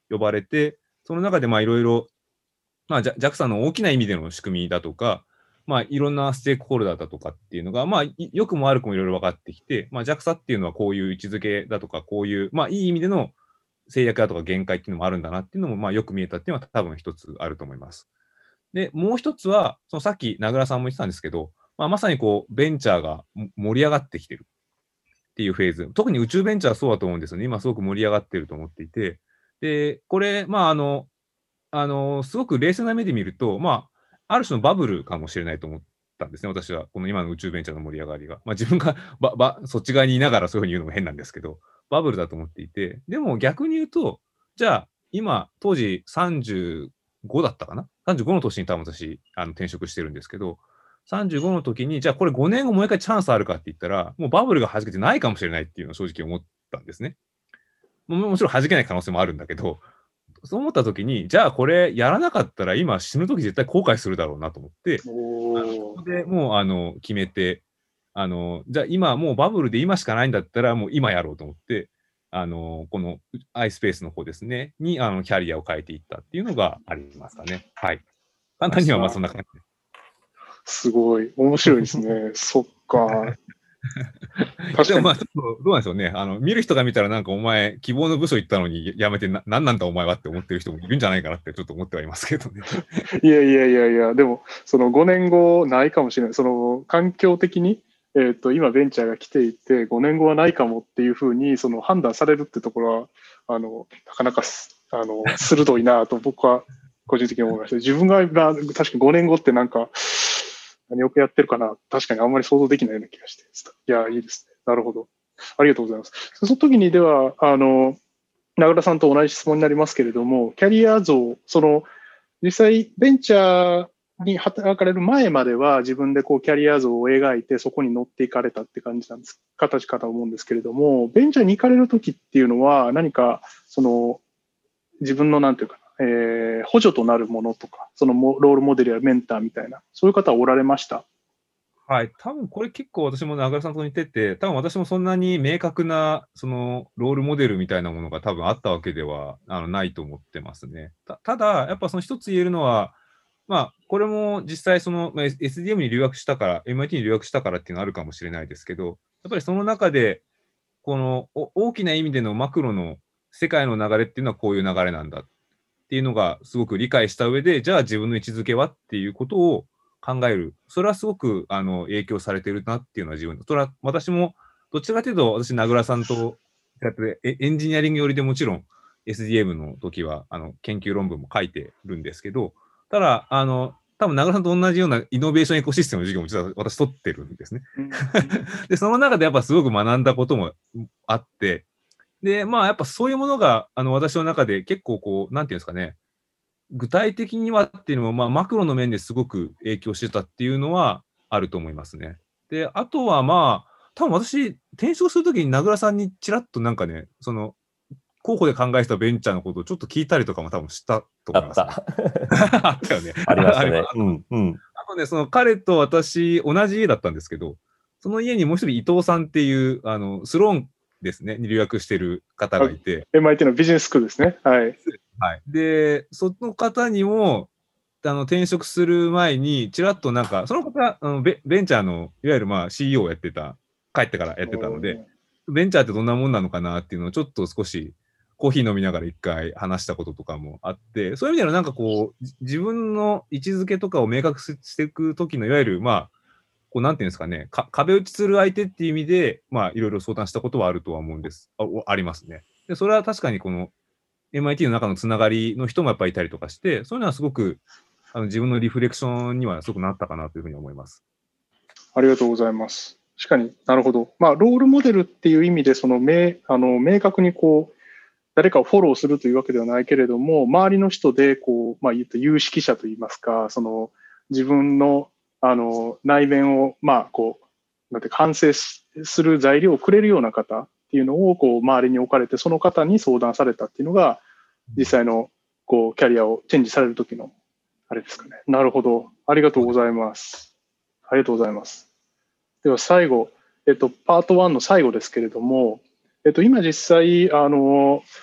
S1: 呼ばれて、その中でまあいろいろ、まあ、ジャクサ の大きな意味での仕組みだとか、まあ、いろんなステークホルダーだとかっていうのが、まあ、良くも悪くもいろいろ分かってきて、まあ、ジャクサ っていうのはこういう位置づけだとか、こういう、まあ、いい意味での制約だとか限界っていうのもあるんだなっていうのも、まあ、よく見えたっていうのは多分一つあると思います。で、もう一つは、そのさっき名倉さんも言ってたんですけど、まあ、まさにこう、ベンチャーが盛り上がってきてるっていうフェーズ、特に宇宙ベンチャーはそうだと思うんですよね。今すごく盛り上がってると思っていて、で、これ、まあ、あの、あの、すごく冷静な目で見ると、まあ、ある種のバブルかもしれないと思ったんですね、私は。この今の宇宙ベンチャーの盛り上がりが。まあ、自分がばばそっち側にいながらそういうふうに言うのも変なんですけど、バブルだと思っていて、でも逆に言うと、じゃあ、今、当時さんじゅうごだったかな ?さんじゅうご の年に多分私、あの転職してるんですけど、さんじゅうごの時に、じゃあこれごねんごもう一回チャンスあるかって言ったら、もうバブルが弾けてないかもしれないっていうのを正直思ったんですね。ももちろん弾けない可能性もあるんだけど、そう思った時に、じゃあこれやらなかったら今死ぬ時絶対後悔するだろうなと思って、
S4: お
S1: あのそこでもうあの決めて、あのじゃあ今もうバブルで今しかないんだったらもう今やろうと思って、あのこの iSpace の方ですね、にあのキャリアを変えていったっていうのがありますかね。はい。簡単にはまあそんな感じです。
S4: すごい。面白いですね。そっか。確かに。
S1: まあ、ちょっとどうなんでしょうね。あの、見る人が見たらなんかお前、希望の部署行ったのにやめてな、なんなんだお前はって思ってる人もいるんじゃないかなってちょっと思ってはいますけどね。
S4: いやいやいやいや、でも、そのごねんごないかもしれない。その環境的に、えっと、今ベンチャーが来ていて、ごねんごはないかもっていうふうに、その判断されるってところは、あの、なかなかす、あの、鋭いなと僕は個人的に思いました。自分が、まあ確かにごねんごってなんか、何をやってるかな、確かにあんまり想像できないような気がして。いや、いいですね。なるほど。ありがとうございます。その時にでは、あの、名倉さんと同じ質問になりますけれども、キャリア像、その、実際、ベンチャーに働かれる前までは、自分でこうキャリア像を描いて、そこに乗っていかれたって感じなんです、形かと思うんですけれども、ベンチャーに行かれる時っていうのは、何か、その、自分のなんていうかな、えー、補助となるものとか、そのロールモデルやメンターみたいな、そういう方はおられました？
S1: はい、多分これ結構私も名倉さんと似てて、多分私もそんなに明確なそのロールモデルみたいなものが多分あったわけではあのないと思ってますね。たただ、やっぱその一つ言えるのは、まあ、これも実際その、まあ、エスディーエム に留学したから、エムアイティー に留学したからっていうのはあるかもしれないですけど、やっぱりその中で、この大きな意味でのマクロの世界の流れっていうのはこういう流れなんだっていうのがすごく理解した上で、じゃあ自分の位置づけはっていうことを考える。それはすごくあの影響されてるなっていうのは自分、それは私もどちらかというと、私、名倉さんとやってエンジニアリング寄りでもちろん エスディーエム の時はあの研究論文も書いてるんですけど、ただ、あの、多分名倉さんと同じようなイノベーションエコシステムの授業も実は私取ってるんですね。で、その中でやっぱすごく学んだこともあって、で、まあやっぱそういうものがあの私の中で結構こう、なんていうんですかね、具体的にはっていうのも、まあ、マクロの面ですごく影響してたっていうのはあると思いますね。で、あとはまあ、多分私、転職するときに名倉さんにちらっとなんかね、その、候補で考えてたベンチャーのことをちょっと聞いたりとかも多分したと思います、ね。
S2: あった。
S1: あったよね。
S2: ありましたね。うんうん。
S1: あとね、その彼と私、同じ家だったんですけど、その家にもう一人伊藤さんっていう、あの、スローンですね、に留学してる方がいて。
S4: エムアイティー のビジネススクールですね。はい。
S1: はい、で、その方にも、あの転職する前に、ちらっとなんか、その方、あのベベンチャーのいわゆるまあ シーイーオー をやってた、帰ってからやってたので、ベンチャーってどんなもんなのかなっていうのをちょっと少しコーヒー飲みながら一回話したこととかもあって、そういう意味ではなんかこう、自分の位置づけとかを明確していくときの、いわゆるまあ、こうなんていうんですかね、か壁打ちする相手っていう意味で、まあいろいろ相談したことはあるとは思うんです。あ、ありますね。で、それは確かにこの、エムアイティー の中のつながりの人もやっぱりいたりとかして、そういうのはすごくあの自分のリフレクションにはすごくなったかなというふうに思います。
S4: ありがとうございます。確かになるほど。まあ、ロールモデルっていう意味で、その明あの明確にこう誰かをフォローするというわけではないけれども、周りの人でこう、まあ、有識者といいますか、その自分のあの内面をまあこうなんて反省する材料をくれるような方っていうのをこう周りに置かれて、その方に相談されたっていうのが実際のこうキャリアをチェンジされる時のあれですかね。なるほど。ありがとうございます。ありがとうございます。では最後、えっと、パートワンの最後ですけれども、えっと、今実際あの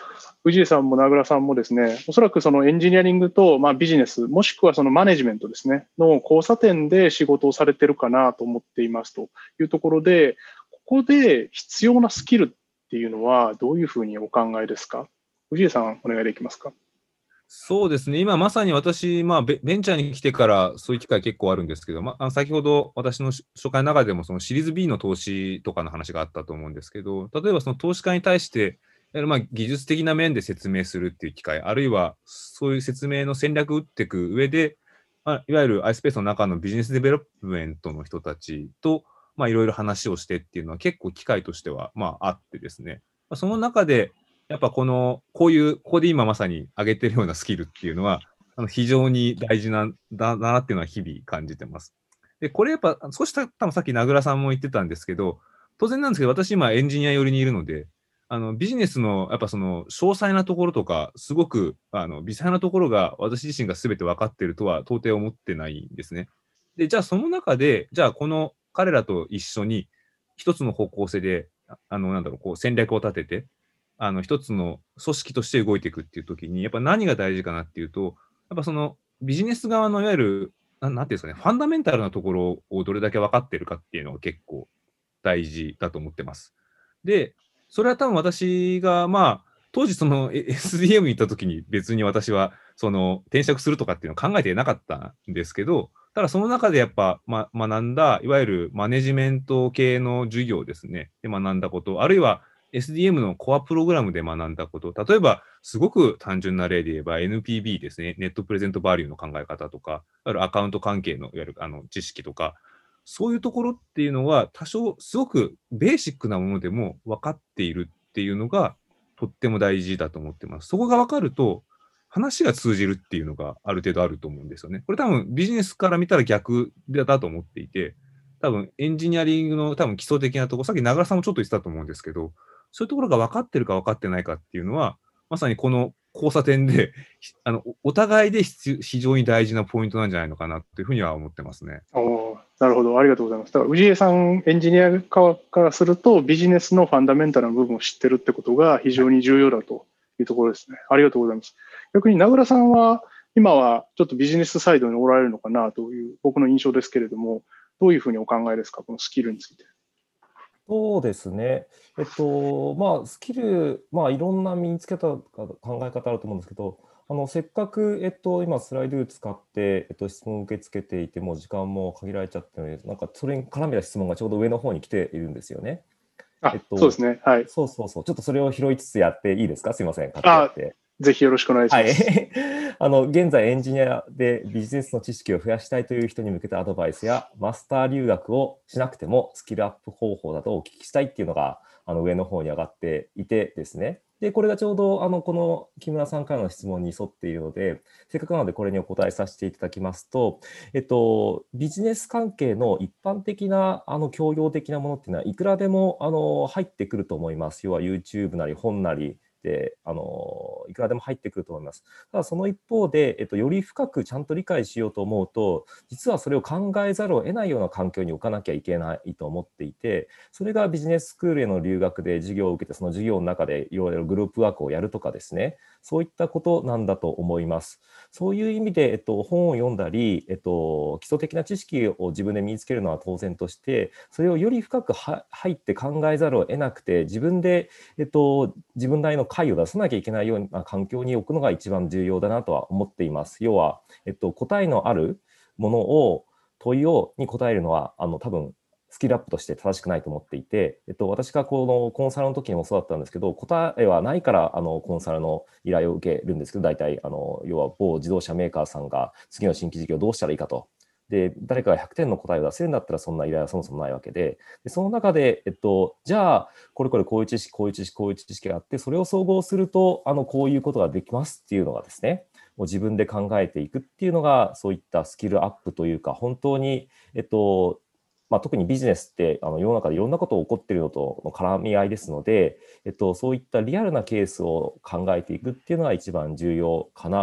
S4: 氏家さんも名倉さんもですね、おそらくそのエンジニアリングと、まあ、ビジネス、もしくはそのマネジメントですね、の交差点で仕事をされてるかなと思っていますというところで、ここで必要なスキルっていうのはどういうふうにお考えですか？氏家さん、お願いできますか？
S1: そうですね、今まさに私、まあ、ベベンチャーに来てからそういう機会結構あるんですけど、まあ、先ほど私のし初回の中でもそのシリーズ B の投資とかの話があったと思うんですけど、例えばその投資家に対して、いわゆるまあ技術的な面で説明するっていう機会、あるいはそういう説明の戦略を打っていく上で、まあ、いわゆる iSpace の中のビジネスデベロップメントの人たちと、まあ、いろいろ話をしてっていうのは結構機会としてはまああってですね、まあ、その中で、やっぱこの、こういう、ここで今まさに上げてるようなスキルっていうのは、あの非常に大事なんだなっていうのは日々感じてます。で、これやっぱ、少し多分さっき名倉さんも言ってたんですけど、当然なんですけど、私今エンジニア寄りにいるので、あのビジネスのやっぱその詳細なところとか、すごくあの微細なところが私自身が全て分かっているとは到底思ってないんですね。で、じゃあその中で、じゃあこの彼らと一緒に一つの方向性で、あの、なんだろう、こう戦略を立てて、あの一つの組織として動いていくっていう時に、やっぱ何が大事かなっていうと、やっぱそのビジネス側のいわゆる、ななんていうんですかね、ファンダメンタルなところをどれだけ分かっているかっていうのが結構大事だと思ってます。で、それは多分私が、まあ、当時その エスディーエム に行った時に別に私はその転職するとかっていうのを考えていなかったんですけど、ただその中でやっぱ、ま、学んだ、いわゆるマネジメント系の授業ですね、で学んだこと、あるいは エスディーエム のコアプログラムで学んだこと、例えばすごく単純な例で言えば エヌピービー ですね、ネットプレゼントバリューの考え方とか、いわゆるアカウント関係のいわゆるあの知識とか、そういうところっていうのは多少すごくベーシックなものでも分かっているっていうのがとっても大事だと思ってます。そこが分かると話が通じるっていうのがある程度あると思うんですよね。これ多分ビジネスから見たら逆だと思っていて、多分エンジニアリングの多分基礎的なところ、さっき名倉さんもちょっと言ってたと思うんですけど、そういうところが分かってるか分かってないかっていうのは、まさにこの交差点で、あのお互いで非常に大事なポイントなんじゃないのかなというふうには思ってますね。
S4: おなるほど、ありがとうございます。だから氏家さん、エンジニア側からすると、ビジネスのファンダメンタルな部分を知ってるってことが非常に重要だというところですね。ありがとうございます。逆に名倉さんは、今はちょっとビジネスサイドにおられるのかなという僕の印象ですけれども、どういうふうにお考えですか、このスキルについて。
S2: そうですね。えっと、まあ、スキル、まあ、いろんな身につけた考え方あると思うんですけど、あの、せっかく、えっと、今、スライドを使って、えっと、質問を受け付けていても、時間も限られちゃったので、なんか、それに絡めた質問がちょうど上の方に来ているんですよね。
S4: あ、
S2: えっと、
S4: そうですね。はい。
S2: そうそうそう。ちょっとそれを拾いつつやっていいですか？すいません。勝手にやって。
S4: ぜひよろしくお願いします。
S2: はい、あの現在エンジニアでビジネスの知識を増やしたいという人に向けたアドバイスやマスター留学をしなくてもスキルアップ方法などをお聞きしたいっていうのがあの上の方に上がっていてですね。で、これがちょうどあのこの木村さんからの質問に沿っているので、せっかくなのでこれにお答えさせていただきますと、えっと、ビジネス関係の一般的なあの教養的なものっていうのはいくらでもあの入ってくると思います。要は YouTube なり本なり、であのいくらでも入ってくると思います。ただその一方で、えっと、より深くちゃんと理解しようと思うと、実はそれを考えざるを得ないような環境に置かなきゃいけないと思っていて、それがビジネススクールへの留学で授業を受けて、その授業の中でいろいろグループワークをやるとかですね、そういったことなんだと思います。そういう意味で、えっと、本を読んだり、えっと、基礎的な知識を自分で身につけるのは当然として、それをより深く入って考えざるを得なくて、自分で、えっと、自分なりの解を出さなきゃいけないような環境に置くのが一番重要だなとは思っています。要は、えっと、答えのあるものを問いをに答えるのはあの多分スキルアップとして正しくないと思っていて、えっと、私がこのコンサルの時にもそうだったんですけど、答えはないからあのコンサルの依頼を受けるんですけど、大体あの要は某自動車メーカーさんが次の新規事業どうしたらいいかと。で、誰かがひゃくてんの答えを出せるんだったらそんな依頼はそもそもないわけで、でその中で、えっと、じゃあこれこれこういう知識こういう知識こういう知識があって、それを総合するとあのこういうことができますっていうのがですね、もう自分で考えていくっていうのがそういったスキルアップというか、本当に、えっとまあ、特にビジネスってあの世の中でいろんなことが起こっているのとの絡み合いですので、えっと、そういったリアルなケースを考えていくっていうのが一番重要かな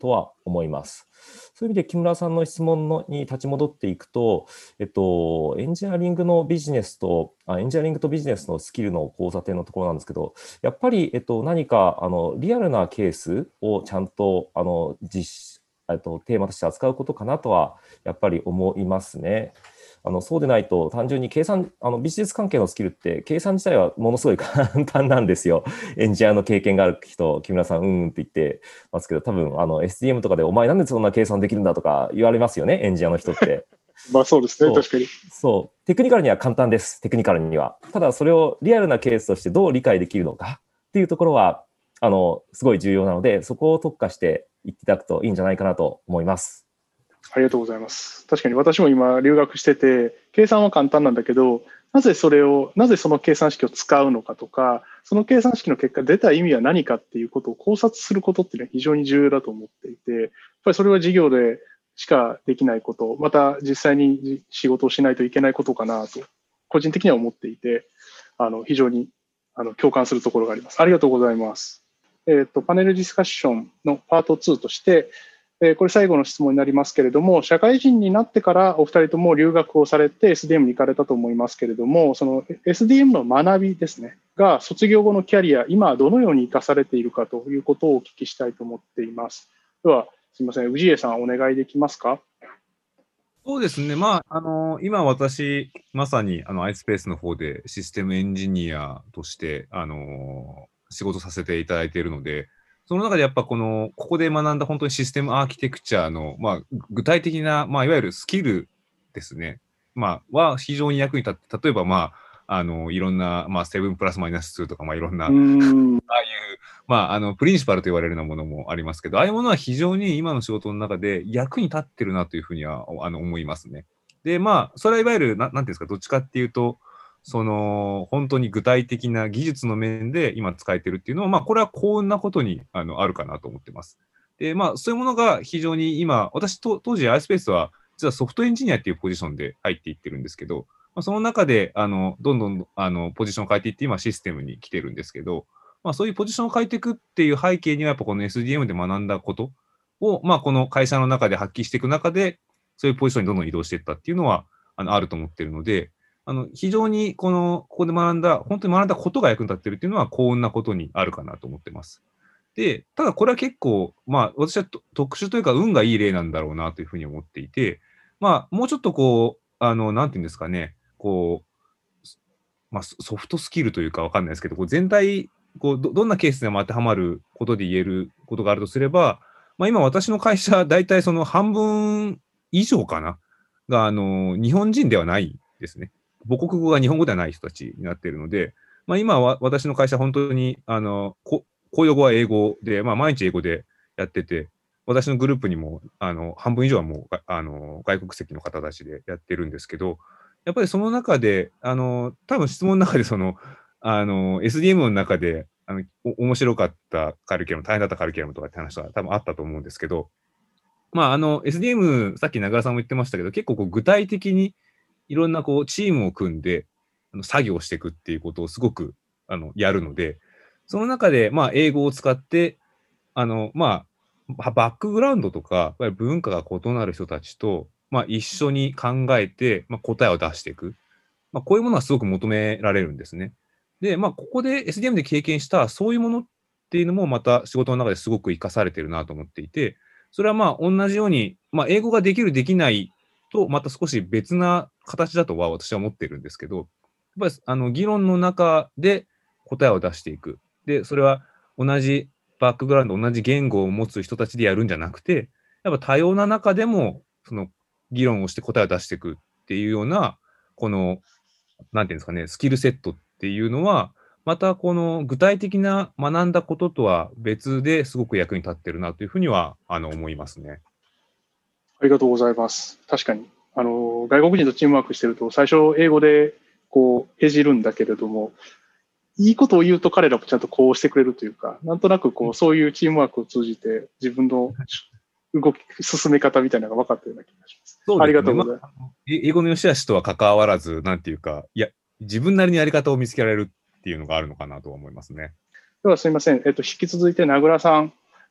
S2: とは思います。そういう意味で木村さんの質問のに立ち戻っていくと、えっと、エンジニアリングのビジネスとあ、エンジニアリングとビジネスのスキルの交差点のところなんですけど、やっぱり、えっと、何かあのリアルなケースをちゃんとあの実えっと、テーマとして扱うことかなとはやっぱり思いますね。あのそうでないと単純に計算あのビジネス関係のスキルって計算自体はものすごい簡単なんですよ。エンジニアの経験がある人、木村さんうんうんって言ってますけど、多分あの エスディーエム とかでお前なんでそんな計算できるんだとか言われますよね、エンジニアの人って。
S4: まあそうですね、確かに。
S2: そう、テクニカルには簡単です、テクニカルには。ただそれをリアルなケースとしてどう理解できるのかっていうところはあのすごい重要なので、そこを特化していっていただくといいんじゃないかなと思います。
S4: ありがとうございます。確かに私も今留学してて、計算は簡単なんだけど、なぜそれを、なぜその計算式を使うのかとか、その計算式の結果出た意味は何かっていうことを考察することっていうのは非常に重要だと思っていて、やっぱりそれは授業でしかできないこと、また実際に仕事をしないといけないことかなと、個人的には思っていて、あの非常にあの共感するところがあります。ありがとうございます。えっと、パネルディスカッションのパートツーとして、これ最後の質問になりますけれども、社会人になってからお二人とも留学をされて エスディーエム に行かれたと思いますけれども、その エスディーエム の学びですね、が卒業後のキャリア、今どのように生かされているかということをお聞きしたいと思っています。では、すみません、氏家さん、お願いできますか。
S1: そうですね、まあ、あの今私、まさにあの iSpace の方でシステムエンジニアとして、あの仕事させていただいているので、その中でやっぱこの、ここで学んだ本当にシステムアーキテクチャの、まあ、具体的な、まあ、いわゆるスキルですね、まあ、は非常に役に立って、例えば、まあ、あの、いろんな、まあ、セブンプラスマイナスツーとか、まあ、いろんな、
S4: うん
S1: ああいう、まあ、あの、プリンシパルと言われるようなものもありますけど、ああいうものは非常に今の仕事の中で役に立ってるなというふうには、あの、思いますね。で、まあ、それはいわゆる、ななんていうんですか、どっちかっていうと、その本当に具体的な技術の面で今使えてるっていうのは、まあ、これは幸運なことにあのあるかなと思ってます。で、まあ、そういうものが非常に今、私と当時 iSpace は実はソフトエンジニアっていうポジションで入っていってるんですけど、まあ、その中であのどんどんあのポジションを変えていって今システムに来てるんですけど、まあ、そういうポジションを変えていくっていう背景にはやっぱこの エスディーエム で学んだことを、まあ、この会社の中で発揮していく中で、そういうポジションにどんどん移動していったっていうのはあのあると思ってるので、あの非常にこのここで学んだ、本当に学んだことが役に立っているというのは幸運なことにあるかなと思ってます。で、ただこれは結構、まあ、私は特殊というか、運がいい例なんだろうなというふうに思っていて、まあ、もうちょっとこう、あのなんていうんですかね、こう、まあ、ソフトスキルというか分かんないですけど、こう全体こうど、どんなケースでも当てはまることで言えることがあるとすれば、まあ、今、私の会社、大体その半分以上かな、があの日本人ではないですね。母国語が日本語ではない人たちになっているので、まあ、今は私の会社、本当にあのこ公用語は英語で、まあ、毎日英語でやってて、私のグループにもあの半分以上はもうあの外国籍の方たちでやってるんですけど、やっぱりその中で、あの多分質問の中でその、あの エスディーエム の中であのお面白かったカリキュラム、大変だったカリキュラムとかって話が多分あったと思うんですけど、まあ、あの エスディーエム、さっき長田さんも言ってましたけど、結構こう具体的にいろんなこうチームを組んであの作業していくっていうことをすごくあのやるので、その中でまあ英語を使って、あのまあ、バックグラウンドとか文化が異なる人たちと、まあ、一緒に考えて、まあ、答えを出していく、まあ、こういうものはすごく求められるんですね。で、まあ、ここで エスディーエム で経験したそういうものっていうのもまた仕事の中ですごく活かされてるなと思っていて、それはまあ同じように、まあ、英語ができるできないとまた少し別な形だとは私は思ってるんですけど、やっぱりあの議論の中で答えを出していく。で、それは同じバックグラウンド、同じ言語を持つ人たちでやるんじゃなくて、やっぱ多様な中でもその議論をして答えを出していくっていうような、この、なんていうんですかね、スキルセットっていうのは、またこの具体的な学んだこととは別ですごく役に立ってるなというふうにはあの思いますね。
S4: ありがとうございます。確かにあの外国人とチームワークしてると最初英語でこうへじるんだけれども、いいことを言うと彼らもちゃんとこうしてくれるというか、なんとなくこうそういうチームワークを通じて自分の動き進め方みたいなのが分かったような気がします。
S1: そうですね、
S4: ありがとうございます。
S1: まあ、英語の良し悪しとは関わらず、なんていうか、いや自分なりのやり方を見つけられるっていうのがあるのかなと思いますね。
S4: ではすみません、えっと、引き続いて名倉さん、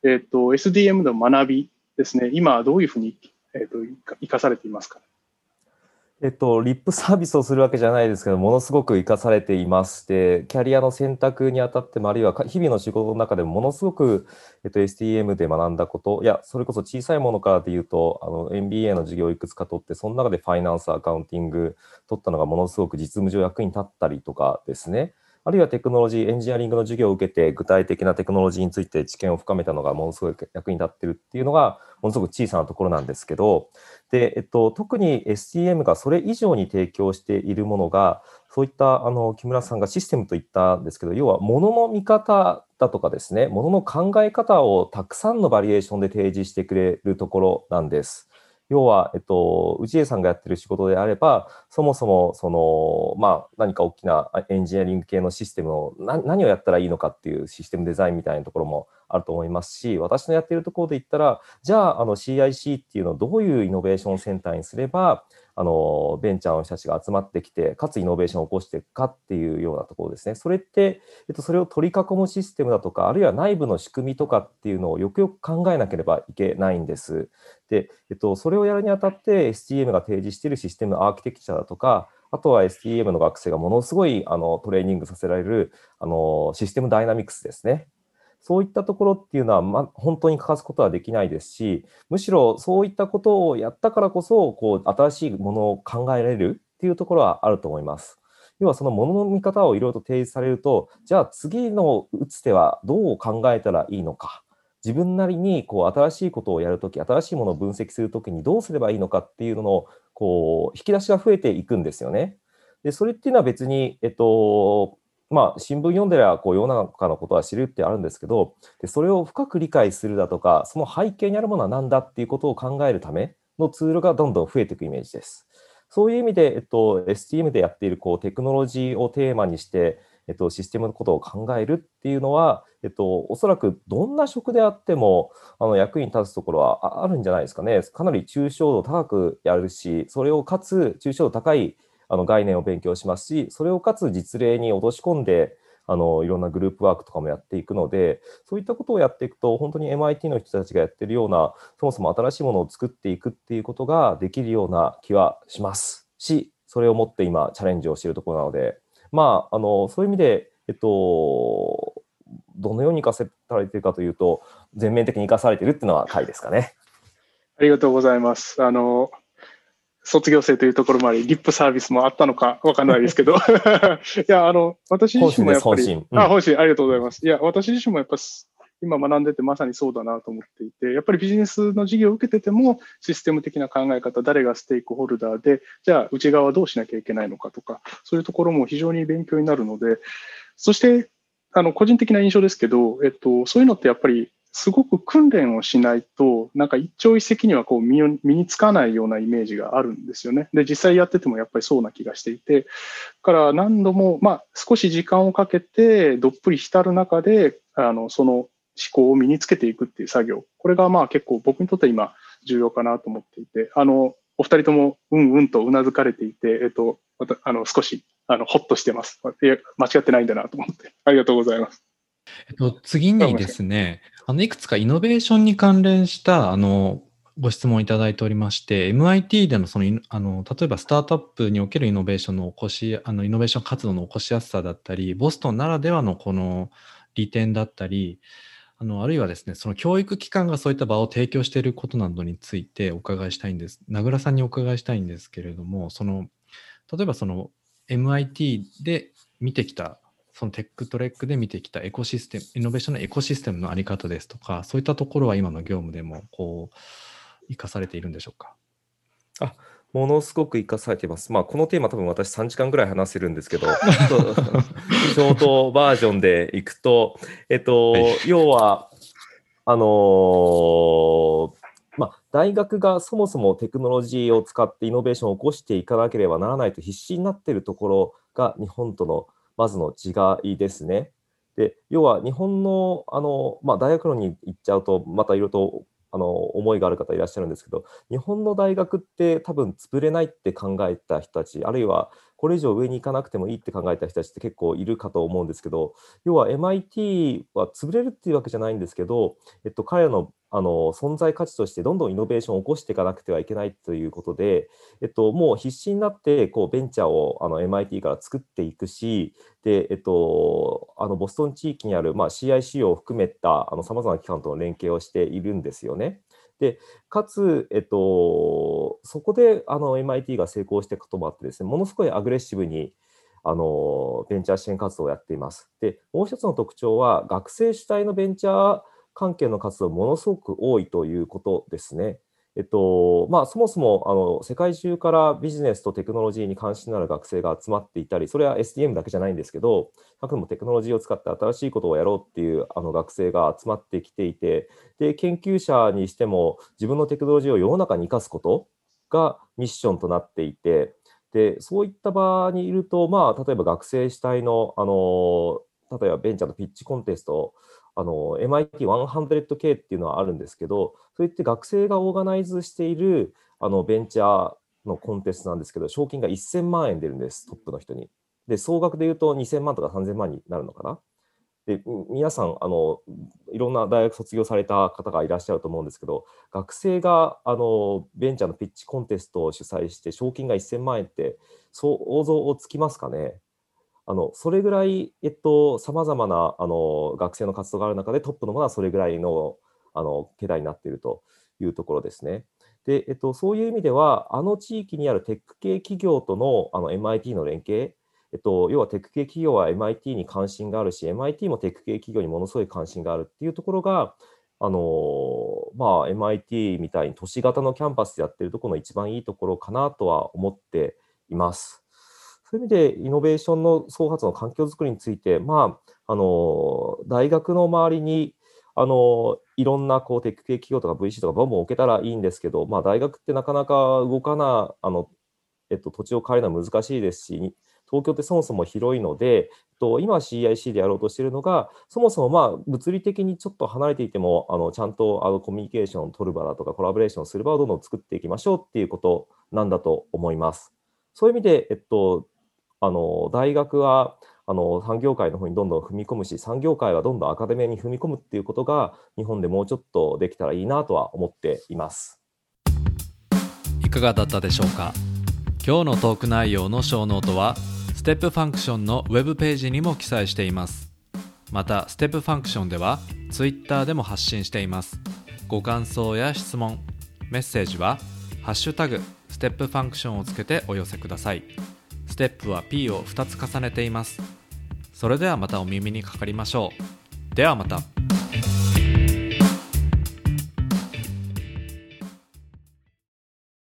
S4: えっと、エスディーエム の学びですね、今どういうふうに、えっと、生かされていますか？
S2: えっと、リップサービスをするわけじゃないですけど、ものすごく活かされていまして、キャリアの選択にあたっても、あるいはか日々の仕事の中でもものすごく、えっと、エスディーエム で学んだこと、いや、それこそ小さいものからで言うと、あの、エムビーエー の授業をいくつか取って、その中でファイナンス、アカウンティング取ったのがものすごく実務上役に立ったりとかですね。あるいはテクノロジー、エンジニアリングの授業を受けて、具体的なテクノロジーについて知見を深めたのがものすごく役に立ってるっていうのが、ものすごく小さなところなんですけど、で、えっと、特に エスディーエム がそれ以上に提供しているものが、そういったあの木村さんがシステムと言ったんですけど、要は物の見方だとかですね、物の考え方をたくさんのバリエーションで提示してくれるところなんです。要は、えっと、氏家さんがやってる仕事であれば、そもそもその、まあ、何か大きなエンジニアリング系のシステムをな何をやったらいいのかっていうシステムデザインみたいなところもあると思いますし、私のやっているところで言ったら、じゃあ、あの シーアイシー っていうのをどういうイノベーションセンターにすれば、あのベンチャーの人たちが集まってきて、かつイノベーションを起こしていくかっていうようなところですね。それって、えっと、それを取り囲むシステムだとか、あるいは内部の仕組みとかっていうのをよくよく考えなければいけないんです。で、えっと、それをやるにあたって エスディーエム が提示しているシステムアーキテクチャだとか、あとは エスディーエム の学生がものすごいあのトレーニングさせられるあのシステムダイナミクスですね。そういったところっていうのは、ま、本当に欠かすことはできないですし、むしろそういったことをやったからこそ、こう新しいものを考えられるっていうところはあると思います。要はそのものの見方をいろいろと提示されると、じゃあ次の打つ手はどう考えたらいいのか。自分なりにこう新しいことをやるとき、新しいものを分析するときにどうすればいいのかっていうののこう引き出しが増えていくんですよね。で、それっていうのは別に、えっと、まあ、新聞読んでりゃこう世の中のことは知るってあるんですけど、でそれを深く理解するだとか、その背景にあるものは何だっていうことを考えるためのツールがどんどん増えていくイメージです。そういう意味で、えっと、エスディーエム でやっているこうテクノロジーをテーマにして、えっと、システムのことを考えるっていうのは、えっと、おそらくどんな職であってもあの役に立つところはああるんじゃないですかね。かなり抽象度高くやるし、それをかつ抽象度高いあの概念を勉強しますし、それをかつ実例に落とし込んで、あのいろんなグループワークとかもやっていくので、そういったことをやっていくと、本当に エムアイティー の人たちがやってるような、そもそも新しいものを作っていくっていうことができるような気はしますし、それをもって今、チャレンジをしているところなので、まあ、あのそういう意味で、えっと、どのように生かせられているかというと、全面的に生かされているっていうのは回ですかね。
S4: ありがとうございます。あの卒業生というところもあり、リップサービスもあったのかわかんないですけど、いや、あの、私自身もやっぱり、
S2: 本心、うん、
S4: あ、本心、ありがとうございます。いや、私自身もやっぱ今学んでてまさにそうだなと思っていて、やっぱりビジネスの授業を受けてても、システム的な考え方、誰がステークホルダーで、じゃあ内側はどうしなきゃいけないのかとか、そういうところも非常に勉強になるので、そして、あの、個人的な印象ですけど、えっと、そういうのってやっぱり、すごく訓練をしないと、なんか一朝一夕にはこう 身, 身につかないようなイメージがあるんですよね。で、実際やっててもやっぱりそうな気がしていて、だから何度も、まあ、少し時間をかけてどっぷり浸る中で、あの、その思考を身につけていくっていう作業。これがまあ結構僕にとって今重要かなと思っていて、あの、お二人ともうんうんとうなずかれていて、えっと、またあの少しあのほっとしてます。いや、間違ってないんだなと思って。ありがとうございます。
S3: えっと、次にですね、あのいくつかイノベーションに関連したあのご質問いただいておりまして、エムアイティー でのそのあの例えばスタートアップにおけるイノベーションの起こし、あのイノベーション活動の起こしやすさだったり、ボストンならではのこの利点だったり、あのあるいはですね、その教育機関がそういった場を提供していることなどについてお伺いしたいんです。名倉さんにお伺いしたいんですけれども、その例えばその エムアイティー で見てきたそのテックトレックで見てきたエコシステム、イノベーションのエコシステムのあり方ですとか、そういったところは今の業務でもこう生かされているんでしょうか？
S2: あ、ものすごく生かされています。まあ、このテーマ多分私さんじかんぐらい話せるんですけど、ショートバージョンでいくと、えっと、はい、要は、あのー、まあ、大学がそもそもテクノロジーを使ってイノベーションを起こしていかなければならないと必死になっているところが日本とのまずの違いですね。で、要は日本の、あの、まあ、大学論に行っちゃうと、またいろいろとあの思いがある方いらっしゃるんですけど、日本の大学って多分潰れないって考えた人たち、あるいはこれ以上上に行かなくてもいいって考えた人たちって結構いるかと思うんですけど、要は エムアイティー は潰れるっていうわけじゃないんですけど、えっと、彼らのあの存在価値としてどんどんイノベーションを起こしていかなくてはいけないということで、えっと、もう必死になってこうベンチャーをあの エムアイティー から作っていくし、で、えっと、あのボストン地域にある、まあ、シーアイシー を含めたさまざまな機関との連携をしているんですよね。でかつ、えっと、そこであの エムアイティー が成功していくこともあってですね、ものすごいアグレッシブにあのベンチャー支援活動をやっています。で、もう一つの特徴は、学生主体のベンチャー関係の活動ものすごく多いということですね。えっとまあ、そもそもあの世界中からビジネスとテクノロジーに関心のある学生が集まっていたり、それは エスディーエム だけじゃないんですけど、あくまでもテクノロジーを使って新しいことをやろうっていうあの学生が集まってきていて、で研究者にしても自分のテクノロジーを世の中に生かすことがミッションとなっていて、でそういった場にいると、まあ、例えば学生主体の、あの例えばベンチャーのピッチコンテスト、あの エムアイティーひゃくケー っていうのはあるんですけど、そういって学生がオーガナイズしているあのベンチャーのコンテストなんですけど、賞金がせんまんえん出るんです、トップの人に。で、総額でいうとにせんまんとかさんぜんまんになるのかな。で、皆さんあのいろんな大学卒業された方がいらっしゃると思うんですけど、学生があのベンチャーのピッチコンテストを主催して賞金がせんまんえんって想像をつきますかね。あのそれぐらい、えっと、さまざまなあの学生の活動がある中で、トップのものはそれぐらいのあの桁になっているというところですね。で、えっと、そういう意味では、あの地域にあるテック系企業との、あの エムアイティー の連携、えっと、要はテック系企業は エムアイティー に関心があるし、エムアイティー もテック系企業にものすごい関心があるっていうところが、あのまあ、エムアイティー みたいに都市型のキャンパスでやってるところの一番いいところかなとは思っています。そういう意味で、イノベーションの創発の環境づくりについて、まあ、あの大学の周りにあのいろんなこうテック系企業とか ブイシー とかボンボン置けたらいいんですけど、まあ、大学ってなかなか動かなあの、えっと、土地を変えるのは難しいですし、東京ってそもそも広いので、えっと、今 シーアイシー でやろうとしているのが、そもそもまあ物理的にちょっと離れていても、あのちゃんとあのコミュニケーションを取る場だとかコラボレーションする場をどんどん作っていきましょうっていうことなんだと思います。そういう意味で、えっと、あの大学はあの産業界の方にどんどん踏み込むし、産業界はどんどんアカデミアに踏み込むっていうことが日本でもうちょっとできたらいいなとは思っています。
S3: いかがだったでしょうか。今日のトーク内容のショーノートはステップファンクションのウェブページにも記載しています。またステップファンクションではツイッターでも発信しています。ご感想や質問、メッセージはハッシュタグステップファンクションをつけてお寄せください。ステップは P をふたつ重ねています。それではまたお耳にかかりましょう。ではまた。